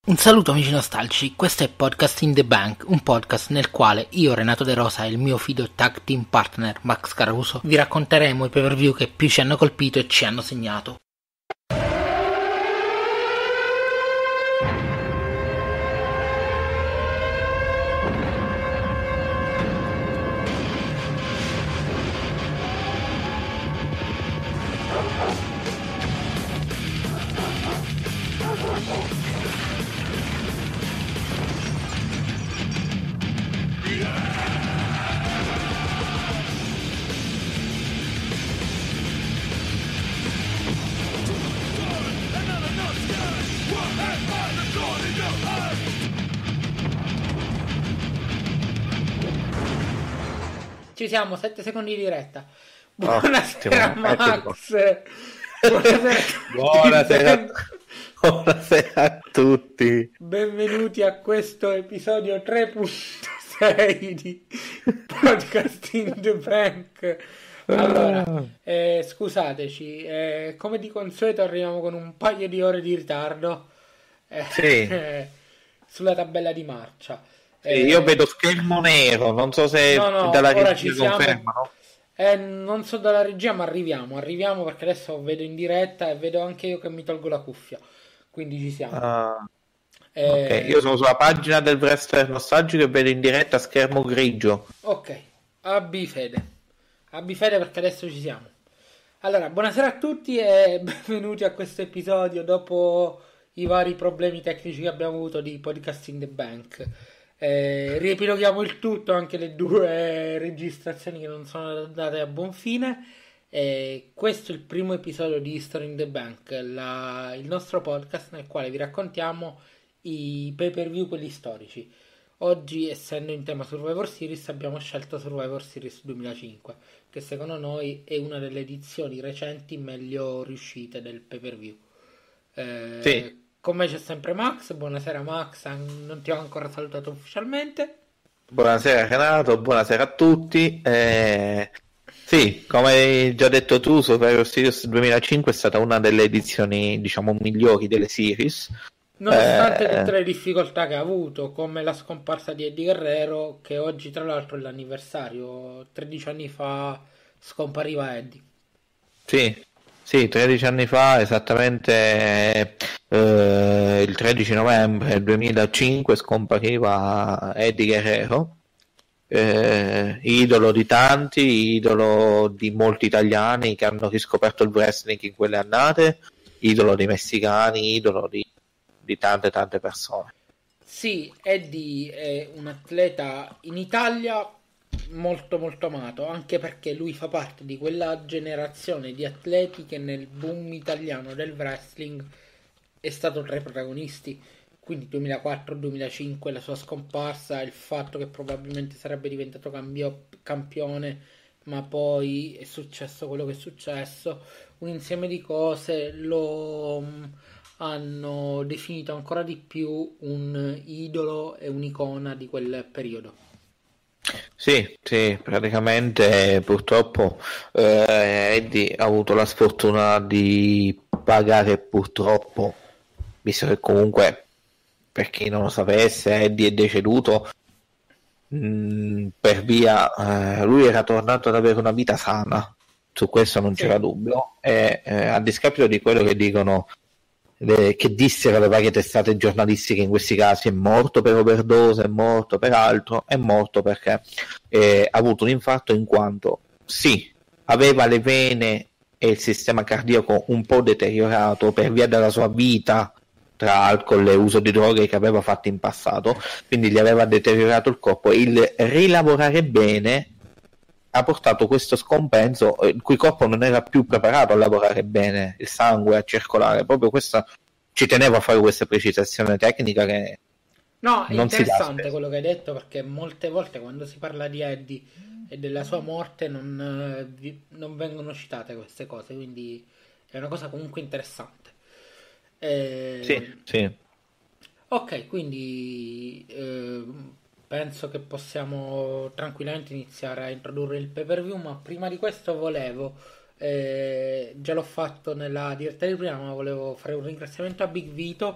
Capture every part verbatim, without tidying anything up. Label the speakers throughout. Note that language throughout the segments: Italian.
Speaker 1: Un saluto amici nostalgici, questo è Podcast in the Bank, un podcast nel quale io, Renato De Rosa e il mio fido tag team partner Max Caruso vi racconteremo i pay-per-view che più ci hanno colpito e ci hanno segnato. Ci siamo, sette secondi di diretta. Buonasera
Speaker 2: oh,
Speaker 1: Max. Buonasera,
Speaker 2: Buonasera. Buonasera a tutti.
Speaker 1: Benvenuti a questo episodio tre punto sei di Podcast in the Bank. Allora, eh, scusateci, eh, come di consueto arriviamo con un paio di ore di ritardo eh,
Speaker 2: Sì.
Speaker 1: eh, sulla tabella di marcia.
Speaker 2: Sì, io vedo schermo nero, non so se
Speaker 1: No, no,
Speaker 2: dalla
Speaker 1: ora
Speaker 2: regia
Speaker 1: ci siamo.
Speaker 2: confermano.
Speaker 1: Eh, non so dalla regia, ma arriviamo, arriviamo perché adesso vedo in diretta e vedo anche io che mi tolgo la cuffia, quindi ci siamo.
Speaker 2: Ah,
Speaker 1: Eh,
Speaker 2: ok, io sono sulla pagina del wrestler nostalgico e vedo in diretta schermo grigio.
Speaker 1: Ok, abbi fede, abbi fede perché adesso ci siamo. Allora, buonasera a tutti e benvenuti a questo episodio dopo i vari problemi tecnici che abbiamo avuto di Podcast in the Bank. Eh, riepiloghiamo il tutto, anche le due registrazioni che non sono andate a buon fine. Eh, questo è il primo episodio di History in the Bank, la- il nostro podcast nel quale vi raccontiamo i pay per view, quelli storici. Oggi, essendo in tema Survivor Series, abbiamo scelto Survivor Series duemilacinque, che secondo noi è una delle edizioni recenti meglio riuscite del pay per view. Eh,
Speaker 2: Sì.
Speaker 1: Con me c'è sempre Max. Buonasera Max, an- non ti ho ancora salutato ufficialmente.
Speaker 2: Buonasera Renato, buonasera a tutti. Eh, sì, come hai già detto tu, Survivor Series duemilacinque è stata una delle edizioni, diciamo, migliori delle series.
Speaker 1: Nonostante
Speaker 2: Eh,
Speaker 1: tutte le difficoltà che ha avuto, come la scomparsa di Eddie Guerrero, che oggi tra l'altro è l'anniversario, tredici anni fa scomparива Eddie.
Speaker 2: Sì, sì, tredici anni fa, esattamente eh, il tredici novembre duemilacinque scompariva Eddie Guerrero, eh, idolo di tanti, idolo di molti italiani che hanno riscoperto il wrestling in quelle annate, idolo dei messicani, idolo di, di tante tante persone.
Speaker 1: Sì, Eddie è un atleta in Italia molto molto amato, anche perché lui fa parte di quella generazione di atleti che nel boom italiano del wrestling è stato tra i protagonisti. Quindi duemilaquattro duemilacinque, la sua scomparsa, il fatto che probabilmente sarebbe diventato cambio- campione, ma poi è successo quello che è successo, un insieme di cose lo mh, hanno definito ancora di più un idolo e un'icona di quel periodo.
Speaker 2: Sì, sì, praticamente purtroppo eh, Eddie ha avuto la sfortuna di pagare purtroppo, visto che comunque, per chi non lo sapesse, Eddie è deceduto mh, per via, eh, lui era tornato ad avere una vita sana, su questo non
Speaker 1: Sì.
Speaker 2: c'era dubbio, e eh, a discapito di quello che dicono le- che dissero le varie testate giornalistiche in questi casi, è morto per overdose, è morto per altro, è morto perché eh, ha avuto un infarto in quanto sì, aveva le vene e il sistema cardiaco un po' deteriorato per via della sua vita tra alcol e uso di droghe che aveva fatto in passato, quindi gli aveva deteriorato il corpo. Il rilavorare bene ha portato questo scompenso, eh, il cui corpo non era più preparato a lavorare bene, il sangue a circolare. Proprio questo, ci tenevo a fare questa precisazione tecnica che
Speaker 1: No, è
Speaker 2: non si dà
Speaker 1: interessante
Speaker 2: spesso.
Speaker 1: quello che hai detto, perché molte volte quando si parla di Eddie e della sua morte non, eh, vi- non vengono citate queste cose, quindi è una cosa comunque interessante. Eh,
Speaker 2: Sì, sì.
Speaker 1: ok, quindi eh, penso che possiamo tranquillamente iniziare a introdurre il pay per view, ma prima di questo volevo, eh, già l'ho fatto nella diretta di prima, ma volevo fare un ringraziamento a Big Vito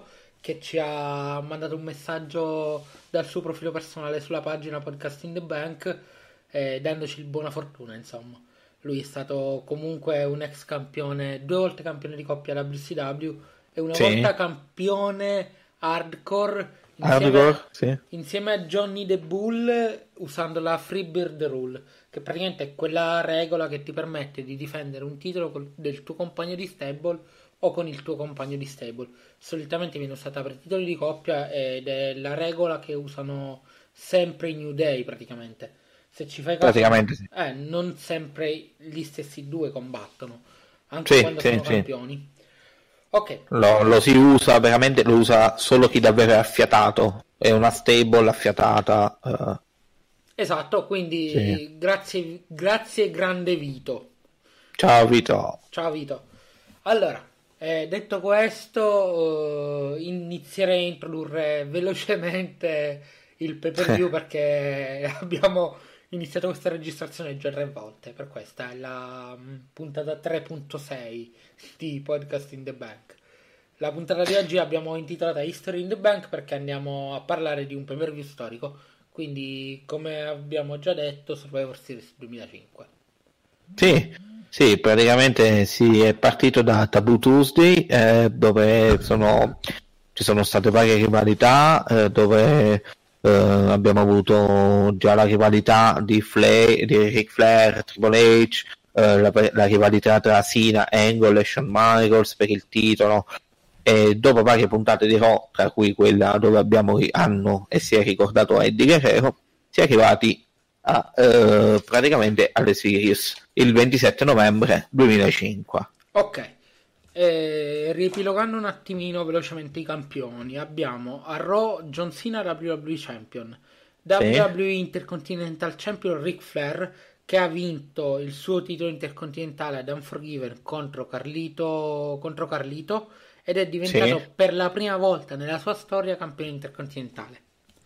Speaker 1: che ci ha mandato un messaggio dal suo profilo personale sulla pagina Podcast in the Bank, eh, dandoci il buona fortuna, insomma. Lui è stato comunque un ex campione, due volte campione di coppia W C W e una
Speaker 2: Sì.
Speaker 1: volta campione hardcore insieme,
Speaker 2: Hardcore, sì.
Speaker 1: insieme a Johnny the Bull, usando la Freebird Rule, che praticamente è quella regola che ti permette di difendere un titolo col- del tuo compagno di stable o con il tuo compagno di stable. Solitamente viene usata per titoli di coppia ed è la regola che usano sempre i New Day praticamente. Se ci fai caso,
Speaker 2: Praticamente sì.
Speaker 1: eh, non sempre gli stessi due combattono, anche
Speaker 2: Sì,
Speaker 1: quando
Speaker 2: sì,
Speaker 1: sono
Speaker 2: sì.
Speaker 1: campioni. Ok,
Speaker 2: Lo, lo si usa veramente, lo usa solo chi davvero è affiatato. È una stable affiatata. eh,
Speaker 1: esatto, quindi
Speaker 2: sì.
Speaker 1: grazie, grazie grande Vito.
Speaker 2: Ciao Vito.
Speaker 1: Ciao Vito. Allora, eh, detto questo, eh, inizierei a introdurre velocemente il pay per view perché abbiamo iniziato questa registrazione già tre volte. Per questa è la mm, puntata tre punto sei di Podcast in the Bank. La puntata di oggi abbiamo intitolata History in the Bank perché andiamo a parlare di un pay per view storico. Quindi, come abbiamo già detto, Survivor Series duemilacinque.
Speaker 2: Sì, sì, praticamente si è partito da Taboo Tuesday, eh, dove sono, ci sono state varie rivalità, eh, dove eh, abbiamo avuto già la rivalità di, Flair, di Ric Flair, Triple H, eh, la, la rivalità tra Cena, Angle e Shawn Michaels per il titolo, e dopo varie puntate di Raw, tra cui quella dove abbiamo hanno e si è ricordato Eddie Guerrero, si è arrivati a, eh, praticamente alle series il ventisette novembre duemilacinque.
Speaker 1: Ok, eh, riepilogando un attimino velocemente i campioni, abbiamo a Raw John Cena W W E Champion,
Speaker 2: Sì.
Speaker 1: W W E Intercontinental Champion Ric Flair, che ha vinto il suo titolo intercontinentale ad Unforgiven contro Carlito, contro Carlito ed è diventato
Speaker 2: Sì.
Speaker 1: per la prima volta nella sua storia campione intercontinentale.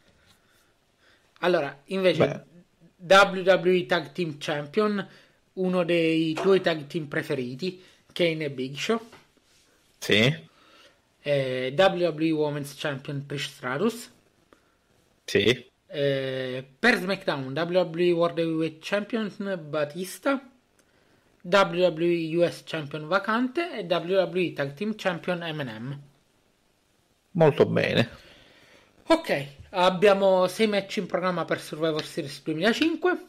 Speaker 1: Allora, invece,
Speaker 2: Beh,
Speaker 1: W W E Tag Team Champion, uno dei tuoi tag team preferiti, Kane e Big Show.
Speaker 2: sì,
Speaker 1: eh, W W E Women's Champion Trish Stratus.
Speaker 2: sì,
Speaker 1: eh, per SmackDown W W E World Heavyweight Champion Batista, W W E U S Champion vacante e W W E Tag Team Champion M and M.
Speaker 2: molto bene.
Speaker 1: Ok, abbiamo sei match in programma per Survivor Series duemilacinque.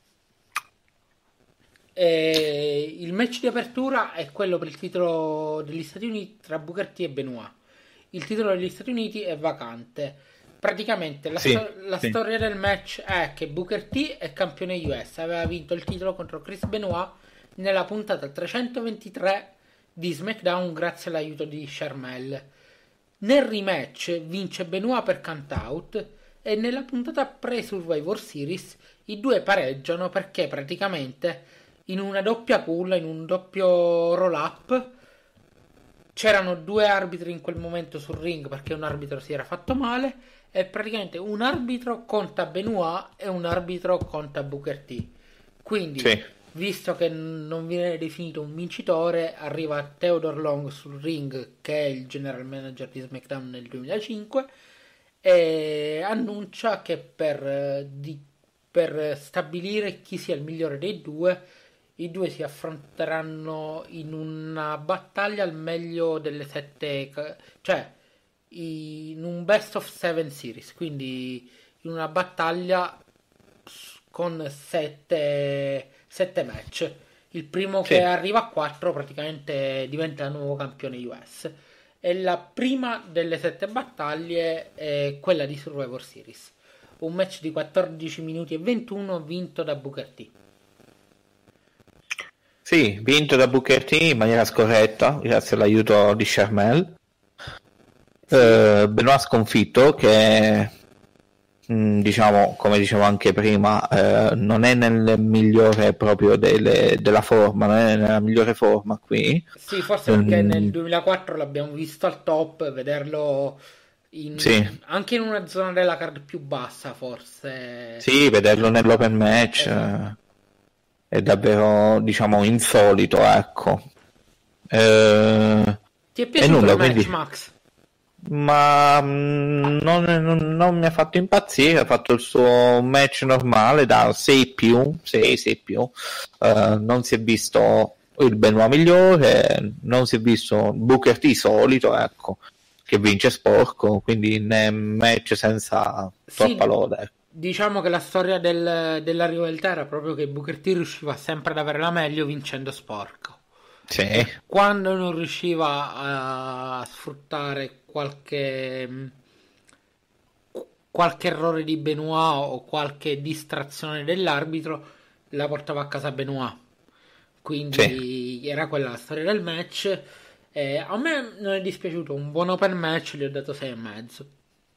Speaker 1: E il match di apertura è quello per il titolo degli Stati Uniti tra Booker T e Benoit. Il titolo degli Stati Uniti è vacante. Praticamente la,
Speaker 2: Sì,
Speaker 1: sto- la
Speaker 2: sì.
Speaker 1: storia del match è che Booker T è campione U S, aveva vinto il titolo contro Chris Benoit nella puntata trecentoventitré di SmackDown grazie all'aiuto di Sharmell. Nel rematch vince Benoit per countout e nella puntata pre-Survivor Series i due pareggiano perché praticamente in una doppia pull, in un doppio roll-up, c'erano due arbitri in quel momento sul ring perché un arbitro si era fatto male e praticamente un arbitro conta Benoit e un arbitro conta Booker T. Quindi,
Speaker 2: Sì.
Speaker 1: visto che non viene definito un vincitore, arriva Theodore Long sul ring, che è il general manager di SmackDown nel duemilacinque, e annuncia che per, eh, di- per stabilire chi sia il migliore dei due, i due si affronteranno in una battaglia al meglio delle sette, ca- cioè in un best of seven series, quindi in una battaglia s- con sette, sette match. Il primo
Speaker 2: Sì.
Speaker 1: che arriva a quattro praticamente diventa il nuovo campione U S. E la prima delle sette battaglie è quella di Survivor Series. Un match di quattordici minuti e ventuno vinto da Booker T.
Speaker 2: Sì, vinto da Booker T in maniera scorretta, grazie all'aiuto di Sharmell. Eh, Benoit sconfitto, che mh, diciamo, come dicevo anche prima, eh, non è nel migliore proprio delle- della forma, non è nella migliore forma qui.
Speaker 1: Sì, forse perché
Speaker 2: Mm,
Speaker 1: nel duemilaquattro l'abbiamo visto al top, vederlo in-
Speaker 2: sì,
Speaker 1: anche in una zona della card più bassa, forse.
Speaker 2: sì, vederlo nell'open match
Speaker 1: Esatto.
Speaker 2: eh, è davvero, diciamo, insolito, ecco. Eh,
Speaker 1: Ti è
Speaker 2: e
Speaker 1: piaciuto il
Speaker 2: nulla,
Speaker 1: match,
Speaker 2: quindi
Speaker 1: Max?
Speaker 2: ma mh, non, non- non mi ha fatto impazzire. Ha fatto il suo match normale da sei più, sei, sei più. Eh, non si è visto il Benoit migliore, non si è visto Booker T solito, ecco, che vince sporco, quindi ne match senza troppa
Speaker 1: Sì,
Speaker 2: lode.
Speaker 1: diciamo che la storia del- della rivalità era proprio che Booker T riusciva sempre ad avere la meglio vincendo sporco.
Speaker 2: Sì,
Speaker 1: E quando non riusciva a sfruttare qualche, qualche errore di Benoit o qualche distrazione dell'arbitro, la portava a casa Benoit.
Speaker 2: sì,
Speaker 1: Quindi era quella la storia del match. Eh, a me non è dispiaciuto, un buon open match, gli ho dato sei e mezzo.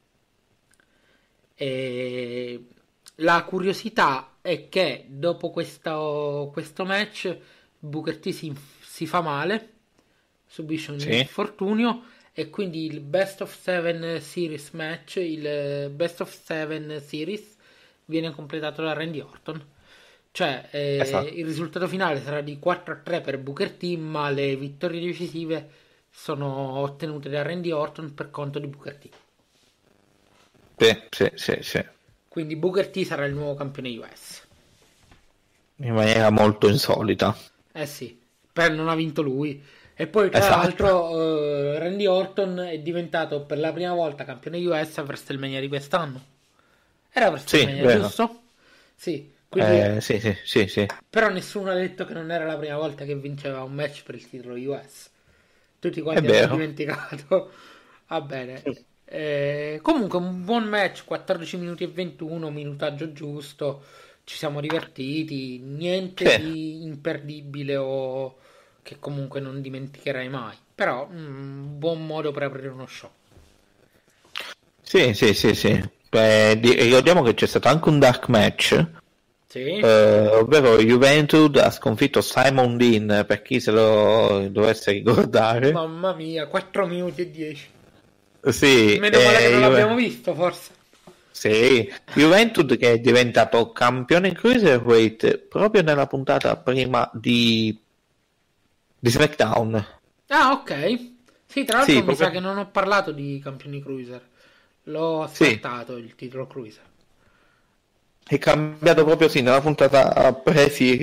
Speaker 1: E la curiosità è che dopo questo, questo match Booker T si, si fa male, subisce un
Speaker 2: sì,
Speaker 1: infortunio e quindi il best of seven series match, il best of seven series viene completato da Randy Orton. Cioè eh,
Speaker 2: esatto.
Speaker 1: il risultato finale sarà di quattro a tre per Booker T, ma le vittorie decisive sono ottenute da Randy Orton per conto di Booker T.
Speaker 2: Sì, sì, sì, sì.
Speaker 1: Quindi Booker T sarà il nuovo campione U S.
Speaker 2: In maniera molto insolita.
Speaker 1: Eh sì, per non ha vinto lui. E poi tra
Speaker 2: Esatto.
Speaker 1: l'altro eh, Randy Orton è diventato per la prima volta campione U S a WrestleMania di quest'anno. Era
Speaker 2: Sì,
Speaker 1: WrestleMania,
Speaker 2: vero.
Speaker 1: giusto? Sì, quindi
Speaker 2: Eh, sì, sì, sì, sì.
Speaker 1: però nessuno ha detto che non era la prima volta che vinceva un match per il titolo U S. Tutti
Speaker 2: È
Speaker 1: quanti hanno
Speaker 2: vero.
Speaker 1: dimenticato. Va bene. Eh, comunque un buon match, quattordici minuti e ventuno, minutaggio giusto. Ci siamo divertiti, niente
Speaker 2: Sì,
Speaker 1: di imperdibile o che comunque non dimenticherai mai. Però mm, un buon modo per aprire uno show.
Speaker 2: sì, sì, sì, sì. Beh, di- ricordiamo che c'è stato anche un dark match,
Speaker 1: Sì,
Speaker 2: eh, ovvero Juventud ha sconfitto Simon Dean, per chi se lo dovesse ricordare.
Speaker 1: mamma mia, quattro minuti e dieci.
Speaker 2: Sì,
Speaker 1: Meno male che
Speaker 2: eh,
Speaker 1: non l'abbiamo
Speaker 2: Juve-
Speaker 1: visto, forse.
Speaker 2: sì, Juventud che è diventato campione cruiserweight proprio nella puntata prima di, di SmackDown.
Speaker 1: Ah, ok. Sì, tra l'altro
Speaker 2: Sì,
Speaker 1: mi sa
Speaker 2: proprio.
Speaker 1: che non ho parlato di campioni cruiser. L'ho
Speaker 2: Sì,
Speaker 1: scartato il titolo cruiser.
Speaker 2: è cambiato proprio sì nella puntata pre-series.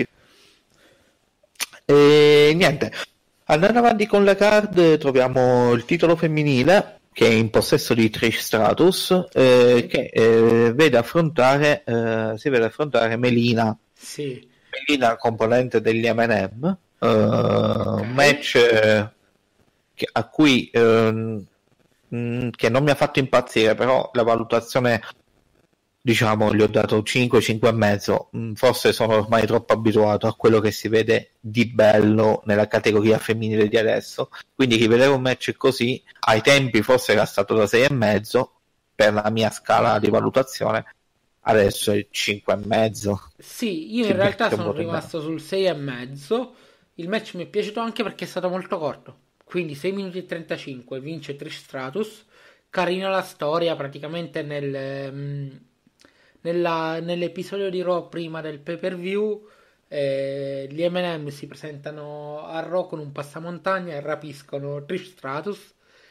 Speaker 2: E niente, andando avanti con la card troviamo il titolo femminile che è in possesso di Trish Stratus, eh,
Speaker 1: Sì,
Speaker 2: che eh, vede affrontare, eh, si vede affrontare Melina,
Speaker 1: sì,
Speaker 2: Melina componente degli M and M, eh,
Speaker 1: ok.
Speaker 2: un match eh, che- a cui ehm, mh, che non mi ha fatto impazzire, però la valutazione diciamo gli ho dato cinque, cinque e mezzo. Mm, forse sono ormai troppo abituato a quello che si vede di bello nella categoria femminile di adesso, quindi rivedere un match così ai tempi forse era stato da sei e mezzo per la mia scala di valutazione, adesso è cinque e mezzo.
Speaker 1: Sì, io
Speaker 2: Si
Speaker 1: in realtà
Speaker 2: becca un
Speaker 1: sono
Speaker 2: voto in meno.
Speaker 1: rimasto sul sei e mezzo. Il match mi è piaciuto anche perché è stato molto corto. Quindi sei minuti e trentacinque, vince Trish Stratus. Carina la storia, praticamente nel, ehm, nella- nell'episodio di Raw prima del pay-per-view eh, gli M and M si presentano a Raw con un passamontagna e rapiscono Trish Stratus.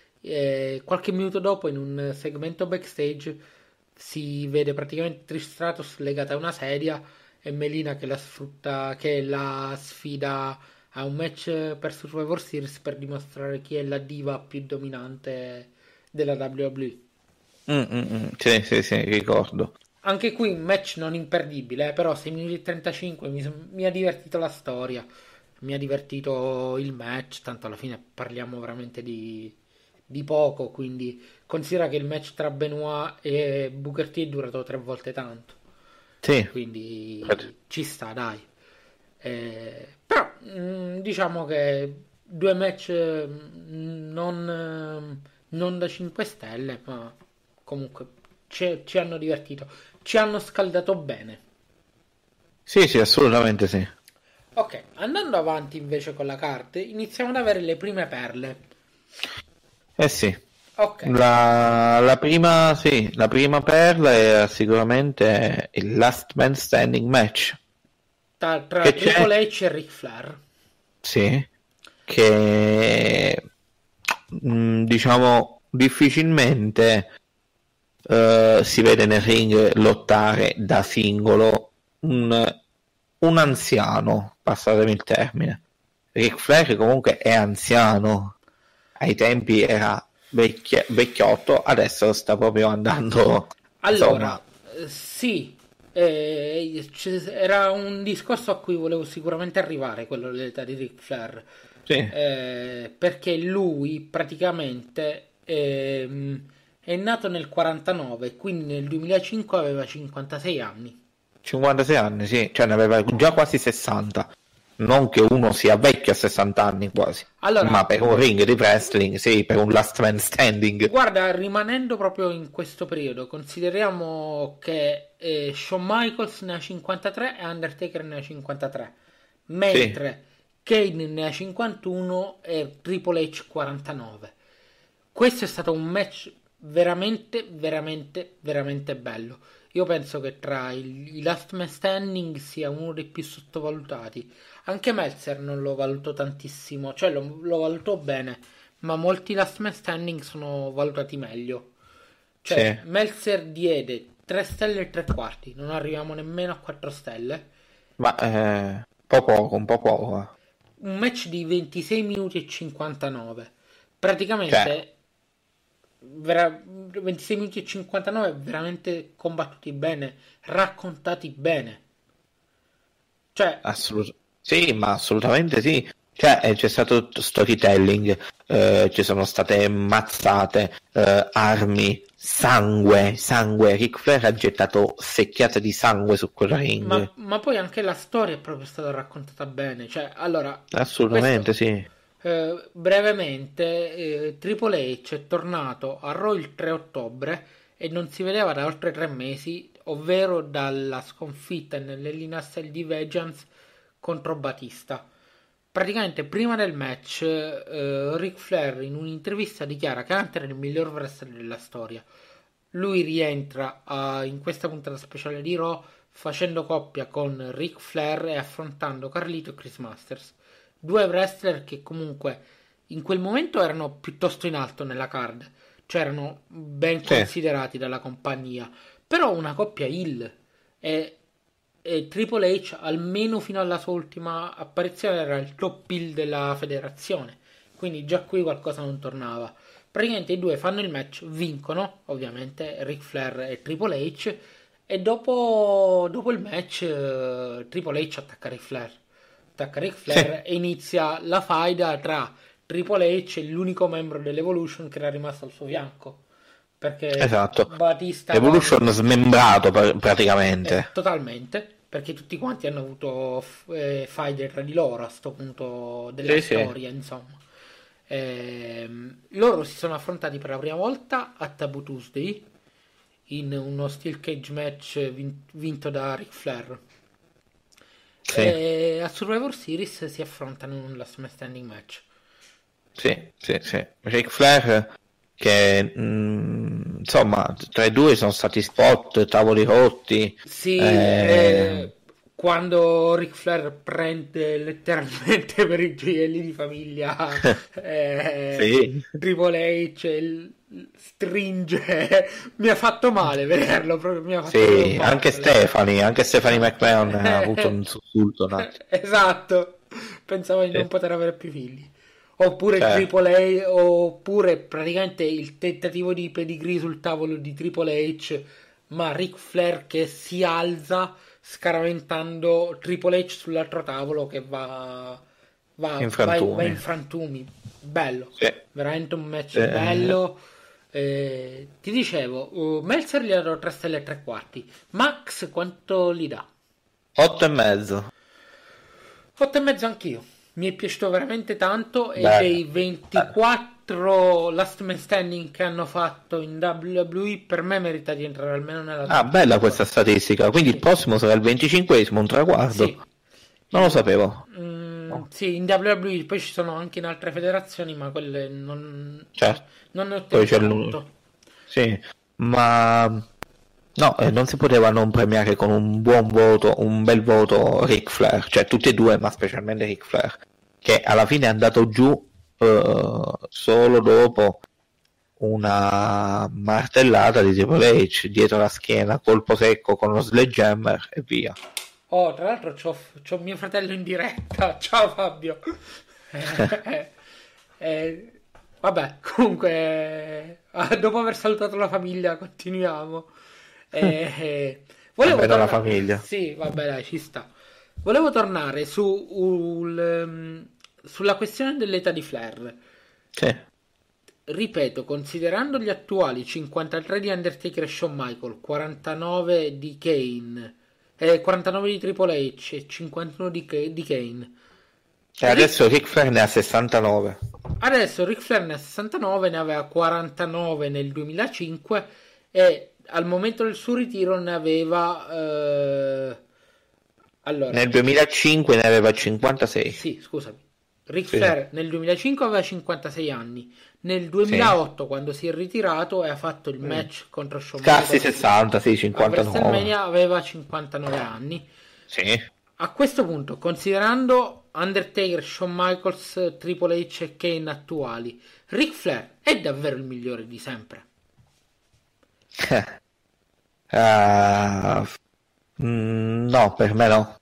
Speaker 1: E qualche minuto dopo, in un segmento backstage, si vede praticamente Trish Stratus legata a una sedia e Melina che la sfrutta, che la sfida a un match per Survivor Series per dimostrare chi è la diva più dominante della W W E.
Speaker 2: Mm, mm, mm. Sì, sì, sì, ricordo.
Speaker 1: Anche qui un match non imperdibile, eh, però sei minuti e trentacinque mi, mi ha divertito la storia, mi ha divertito il match, tanto alla fine parliamo veramente di, di poco, quindi considera che il match tra Benoit e Booker T è durato tre volte tanto,
Speaker 2: Sì,
Speaker 1: quindi ci sta, dai. Eh, però mh, diciamo che due match mh, non, eh, non da cinque stelle, ma comunque ci, ci hanno divertito, ci hanno scaldato bene.
Speaker 2: sì, sì, assolutamente sì.
Speaker 1: Ok, andando avanti invece con la carta, iniziamo ad avere le prime perle.
Speaker 2: Eh sì.
Speaker 1: Ok,
Speaker 2: La, la prima, sì, la prima perla era sicuramente il Last Man Standing match.
Speaker 1: tra, tra
Speaker 2: Che c'è?
Speaker 1: Triple H e Ric Flair.
Speaker 2: Sì, che mh, diciamo difficilmente uh, si vede nel ring lottare da singolo un, un anziano, passatemi il termine. Ric Flair comunque è anziano, ai tempi era vecchia, vecchiotto, adesso sta proprio andando.
Speaker 1: Allora, insomma. Sì, eh, era un discorso a cui volevo sicuramente arrivare, quello dell'età di Ric Flair.
Speaker 2: Sì.
Speaker 1: Eh, perché lui praticamente eh, è nato nel quarantanove, quindi nel duemilacinque aveva cinquantasei anni.
Speaker 2: cinquantasei anni, sì, cioè ne aveva già quasi sessanta. Non che uno sia vecchio a sessanta anni quasi,
Speaker 1: allora,
Speaker 2: ma per un ring di wrestling, sì, per un last man standing.
Speaker 1: Guarda, rimanendo proprio in questo periodo, consideriamo che eh, Shawn Michaels ne ha cinquantatré e Undertaker ne ha cinquantatré, mentre sì. Kane ne ha cinquantuno e Triple H quarantanove. Questo è stato un match veramente, veramente, veramente bello. Io penso che tra i Last Man Standing sia uno dei più sottovalutati. Anche Meltzer non lo valuto tantissimo, cioè lo, lo valuto bene, ma molti Last Man Standing sono valutati meglio. Cioè, sì. Meltzer diede tre stelle e tre quarti, non arriviamo nemmeno a quattro stelle.
Speaker 2: Ma eh, un po' poco, un po' poco.
Speaker 1: Un match di ventisei minuti e cinquantanove. Praticamente... Cioè. Vera, ventisei minuti e cinquantanove veramente combattuti bene, raccontati bene, cioè
Speaker 2: Assolut- sì, ma assolutamente sì, cioè eh, c'è stato storytelling, eh, ci sono state mazzate, eh, armi, sangue, sangue. Ric Flair ha gettato secchiate di sangue su quel ring,
Speaker 1: ma, ma poi anche la storia è proprio stata raccontata bene, cioè allora
Speaker 2: assolutamente questo... sì.
Speaker 1: Uh, brevemente eh, Triple H è tornato a Raw il tre ottobre e non si vedeva da oltre tre mesi, ovvero dalla sconfitta nell'Ellinastel di Vengeance contro Batista. Praticamente prima del match eh, Ric Flair in un'intervista dichiara che Hunter è il miglior wrestler della storia. Lui rientra uh, in questa puntata speciale di Raw facendo coppia con Ric Flair e affrontando Carlito e Chris Masters, due wrestler che comunque in quel momento erano piuttosto in alto nella card, cioè erano ben sì. considerati dalla compagnia, però una coppia heel, e, e Triple H almeno fino alla sua ultima apparizione era il top heel della federazione, quindi già qui qualcosa non tornava. Praticamente i due fanno il match, vincono ovviamente Ric Flair e Triple H, e dopo, dopo il match uh, Triple H attacca Ric Flair attacca Ric Flair sì. e inizia la faida tra Triple H e l'unico membro dell'Evolution che era rimasto al suo fianco, perché
Speaker 2: esatto.
Speaker 1: Batista
Speaker 2: Evolution aveva... smembrato praticamente
Speaker 1: eh, totalmente, perché tutti quanti hanno avuto eh, faide tra di loro a sto punto della sì, storia sì. insomma eh, loro si sono affrontati per la prima volta a Taboo Tuesday in uno steel cage match vinto da Ric Flair. Sì. E a Survivor Series si affrontano in un last man standing match.
Speaker 2: Sì, sì, sì. Ric Flair che mh, insomma tra i due sono stati spot, tavoli rotti.
Speaker 1: Sì, eh... Eh, quando Ric Flair prende letteralmente per i gioielli di famiglia eh, sì. Triple H il, stringe, mi ha fatto male vederlo proprio, mi ha fatto
Speaker 2: sì, anche Stephanie anche Stephanie McMahon ha avuto un sussulto no?
Speaker 1: Esatto, pensavo di sì. non poter avere più figli, oppure
Speaker 2: cioè.
Speaker 1: Triple H, oppure praticamente il tentativo di pedigree sul tavolo di Triple H, ma Ric Flair che si alza scaraventando Triple H sull'altro tavolo che va va in frantumi, va, va in frantumi. Bello, sì. veramente un match eh. bello. Eh, ti dicevo, uh, Meltzer gli ha dato tre stelle e tre quarti. Max quanto gli dà?
Speaker 2: otto e mezzo.
Speaker 1: otto e mezzo anch'io. Mi è piaciuto veramente tanto. Beh. E dei ventiquattro Beh. Last Man Standing che hanno fatto in W W E, per me merita di entrare almeno nella
Speaker 2: ah bella questa statistica, quindi sì. il prossimo sarà il venticinquesimo, un traguardo. Sì. Non lo sapevo.
Speaker 1: Mm, no. Sì, in W W E poi ci sono anche in altre federazioni, ma quelle non,
Speaker 2: certo.
Speaker 1: non ne ho tenuto.
Speaker 2: Sì, ma no, eh, non si poteva non premiare con un buon voto, un bel voto Ric Flair, cioè tutti e due, ma specialmente Ric Flair, che alla fine è andato giù uh, solo dopo una martellata di Triple H dietro la schiena, colpo secco con lo sledgehammer e via.
Speaker 1: Oh, tra l'altro c'ho, c'ho mio fratello in diretta. Ciao Fabio. eh, eh, eh, vabbè, comunque eh, dopo aver salutato la famiglia continuiamo. Eh, eh, volevo
Speaker 2: Vabbè,
Speaker 1: tornare...
Speaker 2: la famiglia.
Speaker 1: Sì, vabbè, dai, ci sta. Volevo tornare su ul, um, sulla questione dell'età di Flair.
Speaker 2: Sì.
Speaker 1: Ripeto, considerando gli attuali cinquantatré di Undertaker e Shawn Michaels, quarantanove di Kane, eh, quarantanove di Triple H e cinquantuno di, K- di Kane.
Speaker 2: E adesso Ric Flair ne ha sessantanove.
Speaker 1: Adesso Ric Flair ne ha sessantanove, ne aveva quarantanove nel duemilacinque e al momento del suo ritiro ne aveva... Eh... Allora,
Speaker 2: nel duemilacinque ne aveva cinquantasei.
Speaker 1: Sì, scusami. Ric
Speaker 2: Sì.
Speaker 1: Flair nel duemilacinque aveva cinquantasei anni. Nel duemilaotto,
Speaker 2: Sì.
Speaker 1: quando si è ritirato e ha fatto il match contro Shawn
Speaker 2: Cazzi
Speaker 1: Michaels
Speaker 2: sessanta, sì,
Speaker 1: a
Speaker 2: cinquantanove.
Speaker 1: WrestleMania, aveva cinquantanove anni.
Speaker 2: Sì.
Speaker 1: A questo punto, considerando Undertaker, Shawn Michaels, Triple H e Kane attuali, Ric Flair è davvero il migliore di sempre?
Speaker 2: Uh, mm, no, per me no.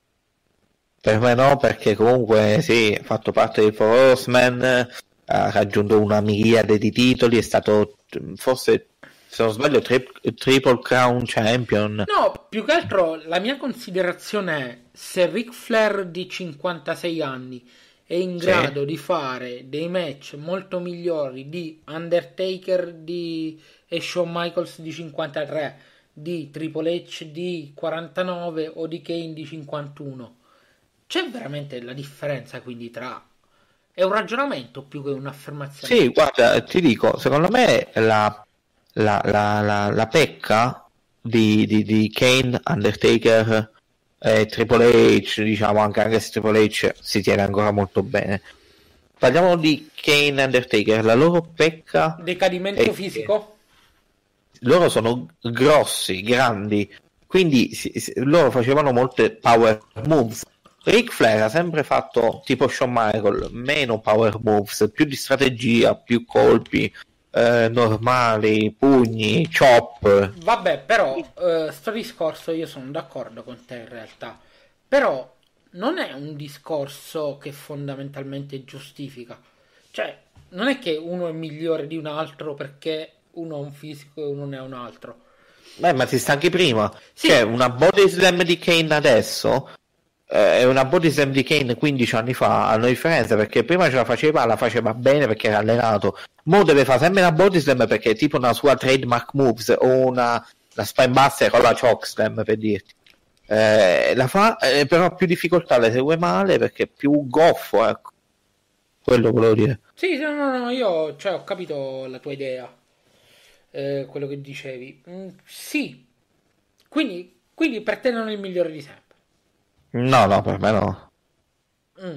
Speaker 2: Per me no, perché comunque sì, ha fatto parte dei Four Horsemen, ha raggiunto una miriade di titoli, è stato forse, se non sbaglio, tri- Triple Crown Champion.
Speaker 1: No, più che altro la mia considerazione è se Ric Flair di cinquantasei anni è in
Speaker 2: Sì.
Speaker 1: grado di fare dei match molto migliori di Undertaker di... e Shawn Michaels di cinquantatré, di Triple H di quarantanove o di Kane di cinquantuno. C'è veramente la differenza quindi tra... È un ragionamento più che un'affermazione.
Speaker 2: Sì, guarda, ti dico, secondo me la, la, la, la, la pecca di, di, di Kane, Undertaker e Triple H, diciamo anche, anche se Triple H si tiene ancora molto bene. Parliamo di Kane e Undertaker, la loro pecca...
Speaker 1: Decadimento
Speaker 2: è che
Speaker 1: fisico?
Speaker 2: loro sono grossi, grandi, quindi si, si, loro facevano molte power moves. Ric Flair ha sempre fatto tipo Shawn Michaels, meno power moves, più di strategia, più colpi eh, normali, pugni, chop.
Speaker 1: Vabbè, però, eh, sto discorso io sono d'accordo con te in realtà. Però non è un discorso che fondamentalmente giustifica. Cioè, non è che uno è migliore di un altro perché uno ha un fisico e uno ne ha un altro.
Speaker 2: Beh, ma si sta anche prima.
Speaker 1: Sì.
Speaker 2: Cioè, una body slam di Kane adesso eh, è una body slam di Kane quindici anni fa, hanno differenza, perché prima ce la faceva, la faceva bene perché era allenato. Mo deve fare sempre una body slam perché è tipo una sua trademark moves o una, una spinebuster o la choke slam, per dirti. Eh, la fa, eh, però ha più difficoltà, le segue male perché è più goffo, ecco. Quello volevo dire.
Speaker 1: Sì, no, no, no, io cioè, ho capito la tua idea, eh, quello che dicevi. Mm, sì, quindi, quindi per te non è il migliore di sempre.
Speaker 2: No, no, per me no.
Speaker 1: Mm.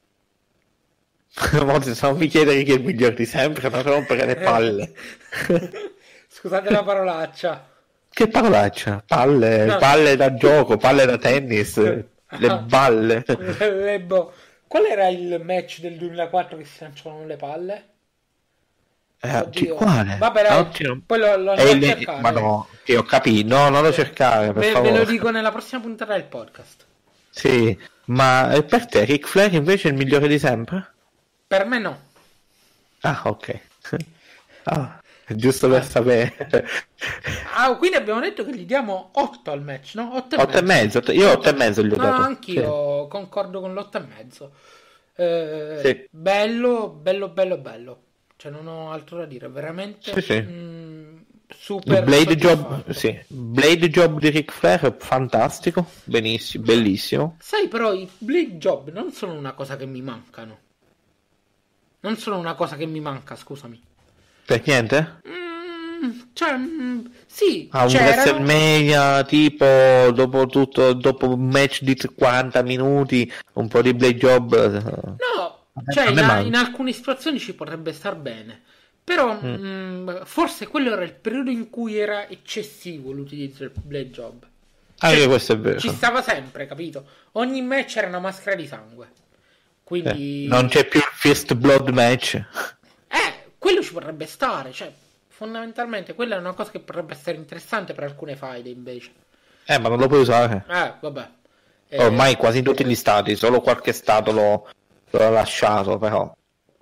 Speaker 2: Se non mi chiedere chi è il miglior di sempre, non rompere le palle.
Speaker 1: Scusate la parolaccia.
Speaker 2: Che parolaccia? Palle,
Speaker 1: No.
Speaker 2: palle da gioco, palle da tennis, le balle.
Speaker 1: Le bo- Qual era il match del duemilaquattro che si lanciavano le palle?
Speaker 2: Eh,
Speaker 1: Oddio.
Speaker 2: quale?
Speaker 1: Vabbè, dai,
Speaker 2: Oggi non-
Speaker 1: poi lo, lo
Speaker 2: È
Speaker 1: andrò a
Speaker 2: il-
Speaker 1: cercare.
Speaker 2: Ma no, che ho capito, no, non lo cercare, per
Speaker 1: Ve, ve
Speaker 2: favore.
Speaker 1: lo dico nella prossima puntata del podcast.
Speaker 2: Sì, ma eh, per te Ric Flair invece è il migliore di sempre?
Speaker 1: Per me no.
Speaker 2: Ah, ok. Ah, è giusto per sapere.
Speaker 1: Ah, quindi abbiamo detto che gli diamo otto al match, no? otto
Speaker 2: otto e mezzo, io otto e mezzo gli ho
Speaker 1: No,
Speaker 2: dato.
Speaker 1: anch'io concordo con l'otto e mezzo. Eh,
Speaker 2: Sì.
Speaker 1: Bello, bello, bello, bello. Cioè non ho altro da dire, veramente
Speaker 2: Sì, sì.
Speaker 1: mm,
Speaker 2: Il
Speaker 1: super
Speaker 2: Blade job,
Speaker 1: soddisfatto.
Speaker 2: sì. Blade job di Ric Flair è fantastico, benissimo, bellissimo.
Speaker 1: Sai, però i blade job non sono una cosa che mi mancano. Non sono una cosa che mi manca, scusami.
Speaker 2: Per niente?
Speaker 1: Mm, cioè, mm, sì,
Speaker 2: A un
Speaker 1: c'erano.
Speaker 2: WrestleMania tipo dopo tutto, dopo un match di quaranta minuti, un po' di blade job. eh,
Speaker 1: No,
Speaker 2: A me-
Speaker 1: cioè
Speaker 2: a me
Speaker 1: in,
Speaker 2: manca.
Speaker 1: in alcune situazioni ci potrebbe star bene. Però
Speaker 2: Mm.
Speaker 1: mm, forse quello era il periodo in cui era eccessivo l'utilizzo del blade job.
Speaker 2: Anche
Speaker 1: Cioè,
Speaker 2: questo è vero.
Speaker 1: ci stava sempre, capito? Ogni match era una maschera di sangue.
Speaker 2: Eh,
Speaker 1: Quindi
Speaker 2: non c'è più il First Blood match.
Speaker 1: Eh, quello ci potrebbe stare, cioè fondamentalmente quella è una cosa che potrebbe essere interessante per alcune faide invece.
Speaker 2: Eh, ma non lo puoi usare.
Speaker 1: Eh, vabbè. Eh,
Speaker 2: Ormai quasi in tutti gli stati, solo qualche stato lo, lo ha lasciato, però.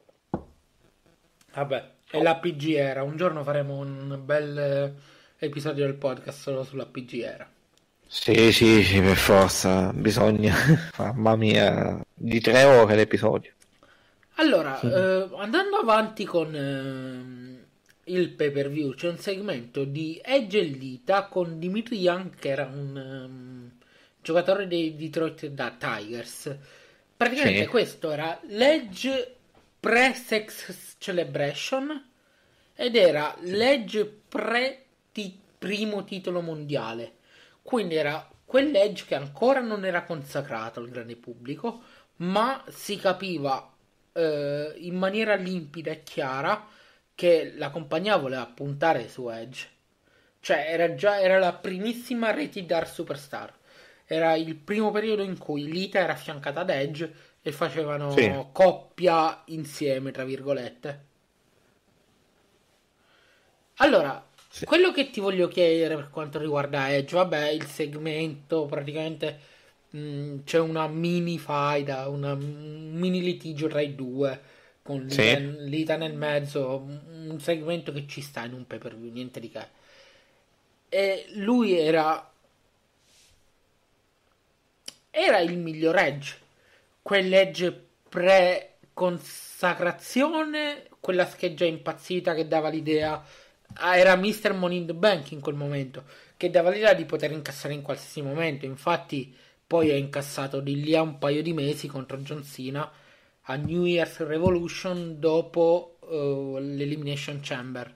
Speaker 1: Vabbè, e l'A P G era. Un giorno faremo un bel eh, episodio del podcast solo sull'A P G era.
Speaker 2: Sì, sì, sì, per forza, bisogna. Mamma mia, di tre ore l'episodio.
Speaker 1: Allora, eh, andando avanti con ehm, il pay per view, c'è un segmento di Edge e Lita con Dimitri Young, che era un ehm, giocatore dei Detroit da Tigers. Praticamente
Speaker 2: Sì.
Speaker 1: questo era l'Edge pre-Sex Celebration ed era l'Edge pre-primo titolo mondiale. Quindi era quell'Edge che ancora non era consacrato al grande pubblico, ma si capiva eh, in maniera limpida e chiara che la compagnia voleva puntare su Edge. Cioè era già era la primissima Rated R Superstar. Era il primo periodo in cui Lita era affiancata ad Edge e facevano
Speaker 2: Sì.
Speaker 1: coppia insieme, tra virgolette. Allora,
Speaker 2: Sì.
Speaker 1: quello che ti voglio chiedere per quanto riguarda Edge, vabbè, il segmento praticamente mh, c'è una mini faida, una, un mini litigio tra i due con
Speaker 2: Sì.
Speaker 1: Lita, Lita nel mezzo, un segmento che ci sta in un pay per view, niente di che. E lui era era il miglior Edge, quell'Edge pre-consacrazione, quella scheggia impazzita che dava l'idea, ah, era mister Money in the Bank in quel momento, che dava l'idea di poter incassare in qualsiasi momento. Infatti poi ha incassato di lì a un paio di mesi contro John Cena a New Year's Revolution dopo uh, l'Elimination Chamber.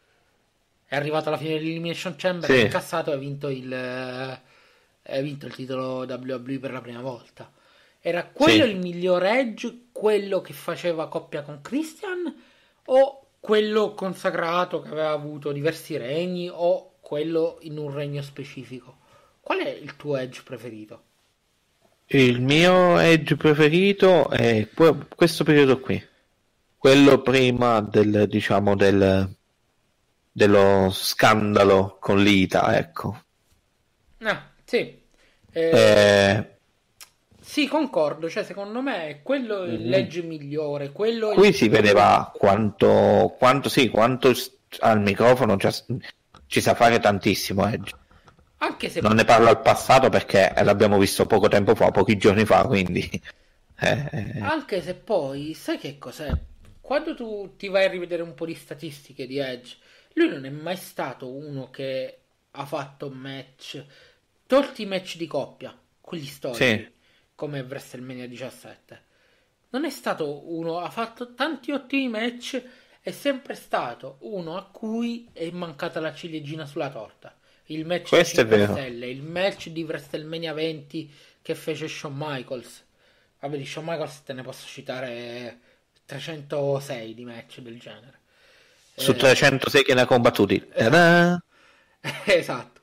Speaker 1: È arrivato alla fine dell'Elimination Chamber,
Speaker 2: Sì.
Speaker 1: ha incassato e ha vinto il eh, ha vinto il titolo W W E per la prima volta. Era quello
Speaker 2: Sì.
Speaker 1: il miglior Edge, quello che faceva coppia con Christian, o quello consacrato che aveva avuto diversi regni, o quello in un regno specifico? Qual è il tuo Edge preferito?
Speaker 2: Il mio Edge preferito è que- questo periodo qui, quello prima del, diciamo, del, dello scandalo con Lita, ecco.
Speaker 1: Ah, sì. Eh,
Speaker 2: Eh,
Speaker 1: sì, concordo, cioè secondo me è quello il l'Edge migliore, quello
Speaker 2: qui
Speaker 1: il
Speaker 2: si vedeva quanto, quanto sì, quanto s- al microfono già s- ci sa fare tantissimo Edge.
Speaker 1: anche se
Speaker 2: Non ne parlo al passato perché l'abbiamo visto poco tempo fa, pochi giorni fa, quindi eh,
Speaker 1: Anche se poi, sai che cos'è? Quando tu ti vai a rivedere un po' di statistiche di Edge, lui non è mai stato uno che ha fatto match, tolti i match di coppia, quelli storici,
Speaker 2: sì,
Speaker 1: come WrestleMania diciassette. Non è stato uno, ha fatto tanti ottimi match, è sempre stato uno a cui è mancata la ciliegina sulla torta. Il match
Speaker 2: questo è
Speaker 1: cinque
Speaker 2: vero.
Speaker 1: stelle, il match di WrestleMania venti che fece Shawn Michaels. Vabbè, di Shawn Michaels te ne posso citare trecentosei di match del genere.
Speaker 2: Su
Speaker 1: Eh,
Speaker 2: trecentosei che ne ha combattuti. Ta-da!
Speaker 1: esatto.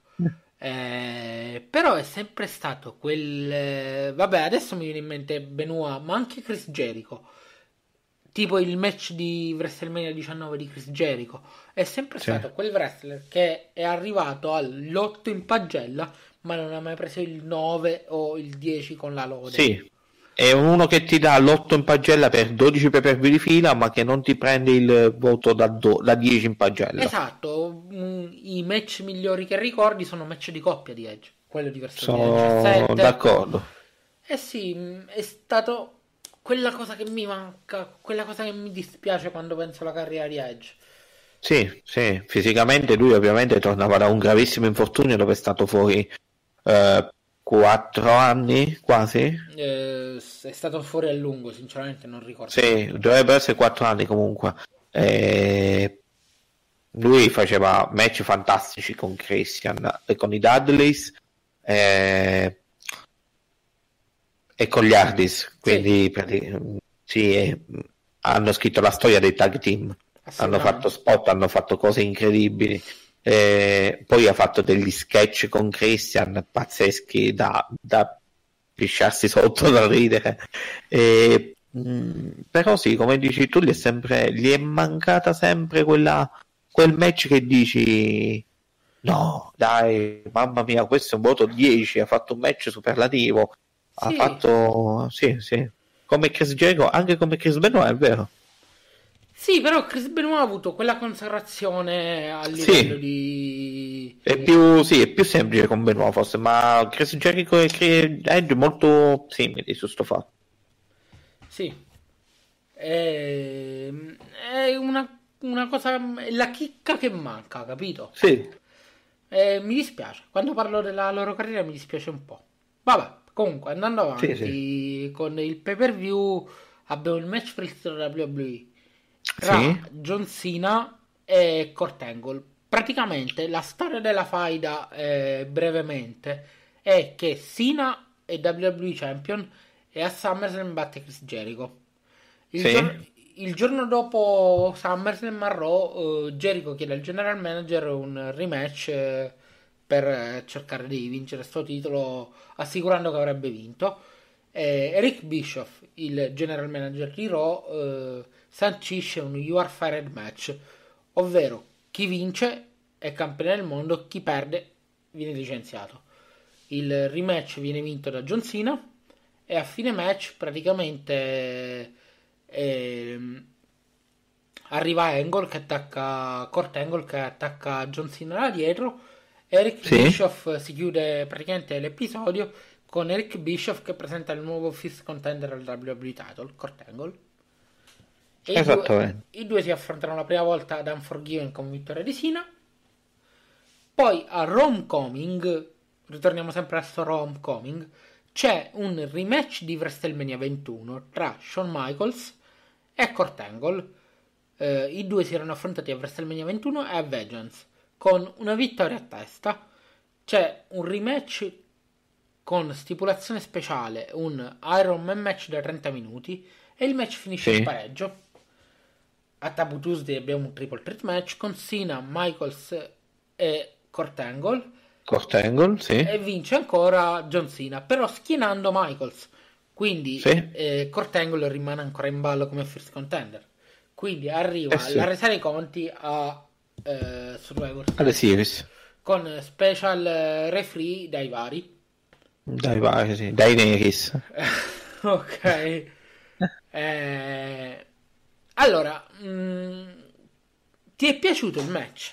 Speaker 1: Eh, però è sempre stato quel... eh, vabbè, adesso mi viene in mente Benoit, ma anche Chris Jericho. Tipo il match di WrestleMania diciannove di Chris Jericho. È sempre
Speaker 2: Sì.
Speaker 1: stato quel wrestler che è arrivato all'otto in pagella, ma non ha mai preso il nove o il dieci con la lode.
Speaker 2: Sì, è uno che ti dà l'otto in pagella per dodici pay per view di fila, ma che non ti prende il voto da, do- da dieci in pagella.
Speaker 1: Esatto, mm, i match migliori che ricordi sono match di coppia di Edge, quello di WrestleMania
Speaker 2: Sono
Speaker 1: diciassette.
Speaker 2: d'accordo.
Speaker 1: Eh sì, mm, è stato quella cosa che mi manca, quella cosa che mi dispiace quando penso alla carriera di Edge.
Speaker 2: Sì, sì, fisicamente lui ovviamente tornava da un gravissimo infortunio dove è stato fuori eh, quattro anni quasi.
Speaker 1: Eh, è stato fuori a lungo, sinceramente non ricordo.
Speaker 2: Sì, dovrebbero essere quattro anni comunque. E lui faceva match fantastici con Christian e con i Dudleys e, e con gli Hardys. Quindi prati- sì, e- hanno scritto la storia dei tag team. Hanno
Speaker 1: Assolutamente.
Speaker 2: fatto spot, hanno fatto cose incredibili. E poi ha fatto degli sketch con Christian pazzeschi da, da pisciarsi sotto da ridere. E Mm, però sì, come dici tu, gli è sempre, gli è mancata sempre quella, quel match che dici no, dai, mamma mia, questo è un voto dieci, ha fatto un match superlativo, ha
Speaker 1: Sì,
Speaker 2: fatto, sì, sì, come Chris Jericho, anche come Chris Benoit, è vero.
Speaker 1: sì, però Chris Benoit ha avuto quella consacrazione a livello
Speaker 2: Sì,
Speaker 1: di...
Speaker 2: è più, sì, è più semplice con Benoit forse, ma Chris Jericho e Chris Edge molto simili su sto fatto.
Speaker 1: Sì, è, è una, una cosa, è la chicca che manca, capito?
Speaker 2: Sì,
Speaker 1: E mi dispiace, quando parlo della loro carriera mi dispiace un po'. Vabbè, comunque, andando
Speaker 2: sì, sì,
Speaker 1: avanti con il pay per view, abbiamo il match per il titolo W W E tra
Speaker 2: sì,
Speaker 1: John Cena e Kurt Angle. Praticamente la storia della faida, eh, brevemente, è che Cena è W W E Champion e a SummerSlam batte Chris Jericho. Il,
Speaker 2: sì,
Speaker 1: gior- il giorno dopo SummerSlam a Raw, eh, Jericho chiede al general manager un rematch, eh, per eh, cercare di vincere questo titolo, assicurando che avrebbe vinto. E Eric Bischoff, il general manager di Raw, eh, sancisce un You Are Fired match, ovvero chi vince è campione del mondo, chi perde viene licenziato. Il rematch viene vinto da John Cena e a fine match praticamente, ehm, arriva Angle che attacca Kurt Angle che attacca John Cena da dietro. Eric
Speaker 2: sì,
Speaker 1: Bischoff si chiude praticamente l'episodio con Eric Bischoff che presenta il nuovo Fist Contender al W W E title, Kurt Angle. E i due,
Speaker 2: esattamente.
Speaker 1: i due si affrontano la prima volta ad Unforgiven con vittoria di Cena. Poi a Homecoming, ritorniamo sempre a sto Homecoming, c'è un rematch di WrestleMania ventuno tra Shawn Michaels e Kurt Angle. Eh, I due si erano affrontati a WrestleMania ventuno e a Vengeance con una vittoria a testa. C'è un rematch con stipulazione speciale, un Iron Man match da trenta minuti e il match finisce in
Speaker 2: Sì,
Speaker 1: pareggio. A Taboo Tuesday abbiamo un triple threat match con Cena, Michaels e Kurt Angle
Speaker 2: Kurt Angle, sì,
Speaker 1: e vince ancora John Cena, però schienando Michaels. Quindi
Speaker 2: sì,
Speaker 1: eh, Kurt Angle rimane ancora in ballo come first contender. Quindi
Speaker 2: eh
Speaker 1: arriva la
Speaker 2: sì,
Speaker 1: resa dei conti a eh, Survivor
Speaker 2: alle
Speaker 1: Series
Speaker 2: Series.
Speaker 1: con special eh, referee dai vari.
Speaker 2: Dai, vai, sì, dai Neris.
Speaker 1: Ok. Eh, allora, mh, ti è piaciuto il match?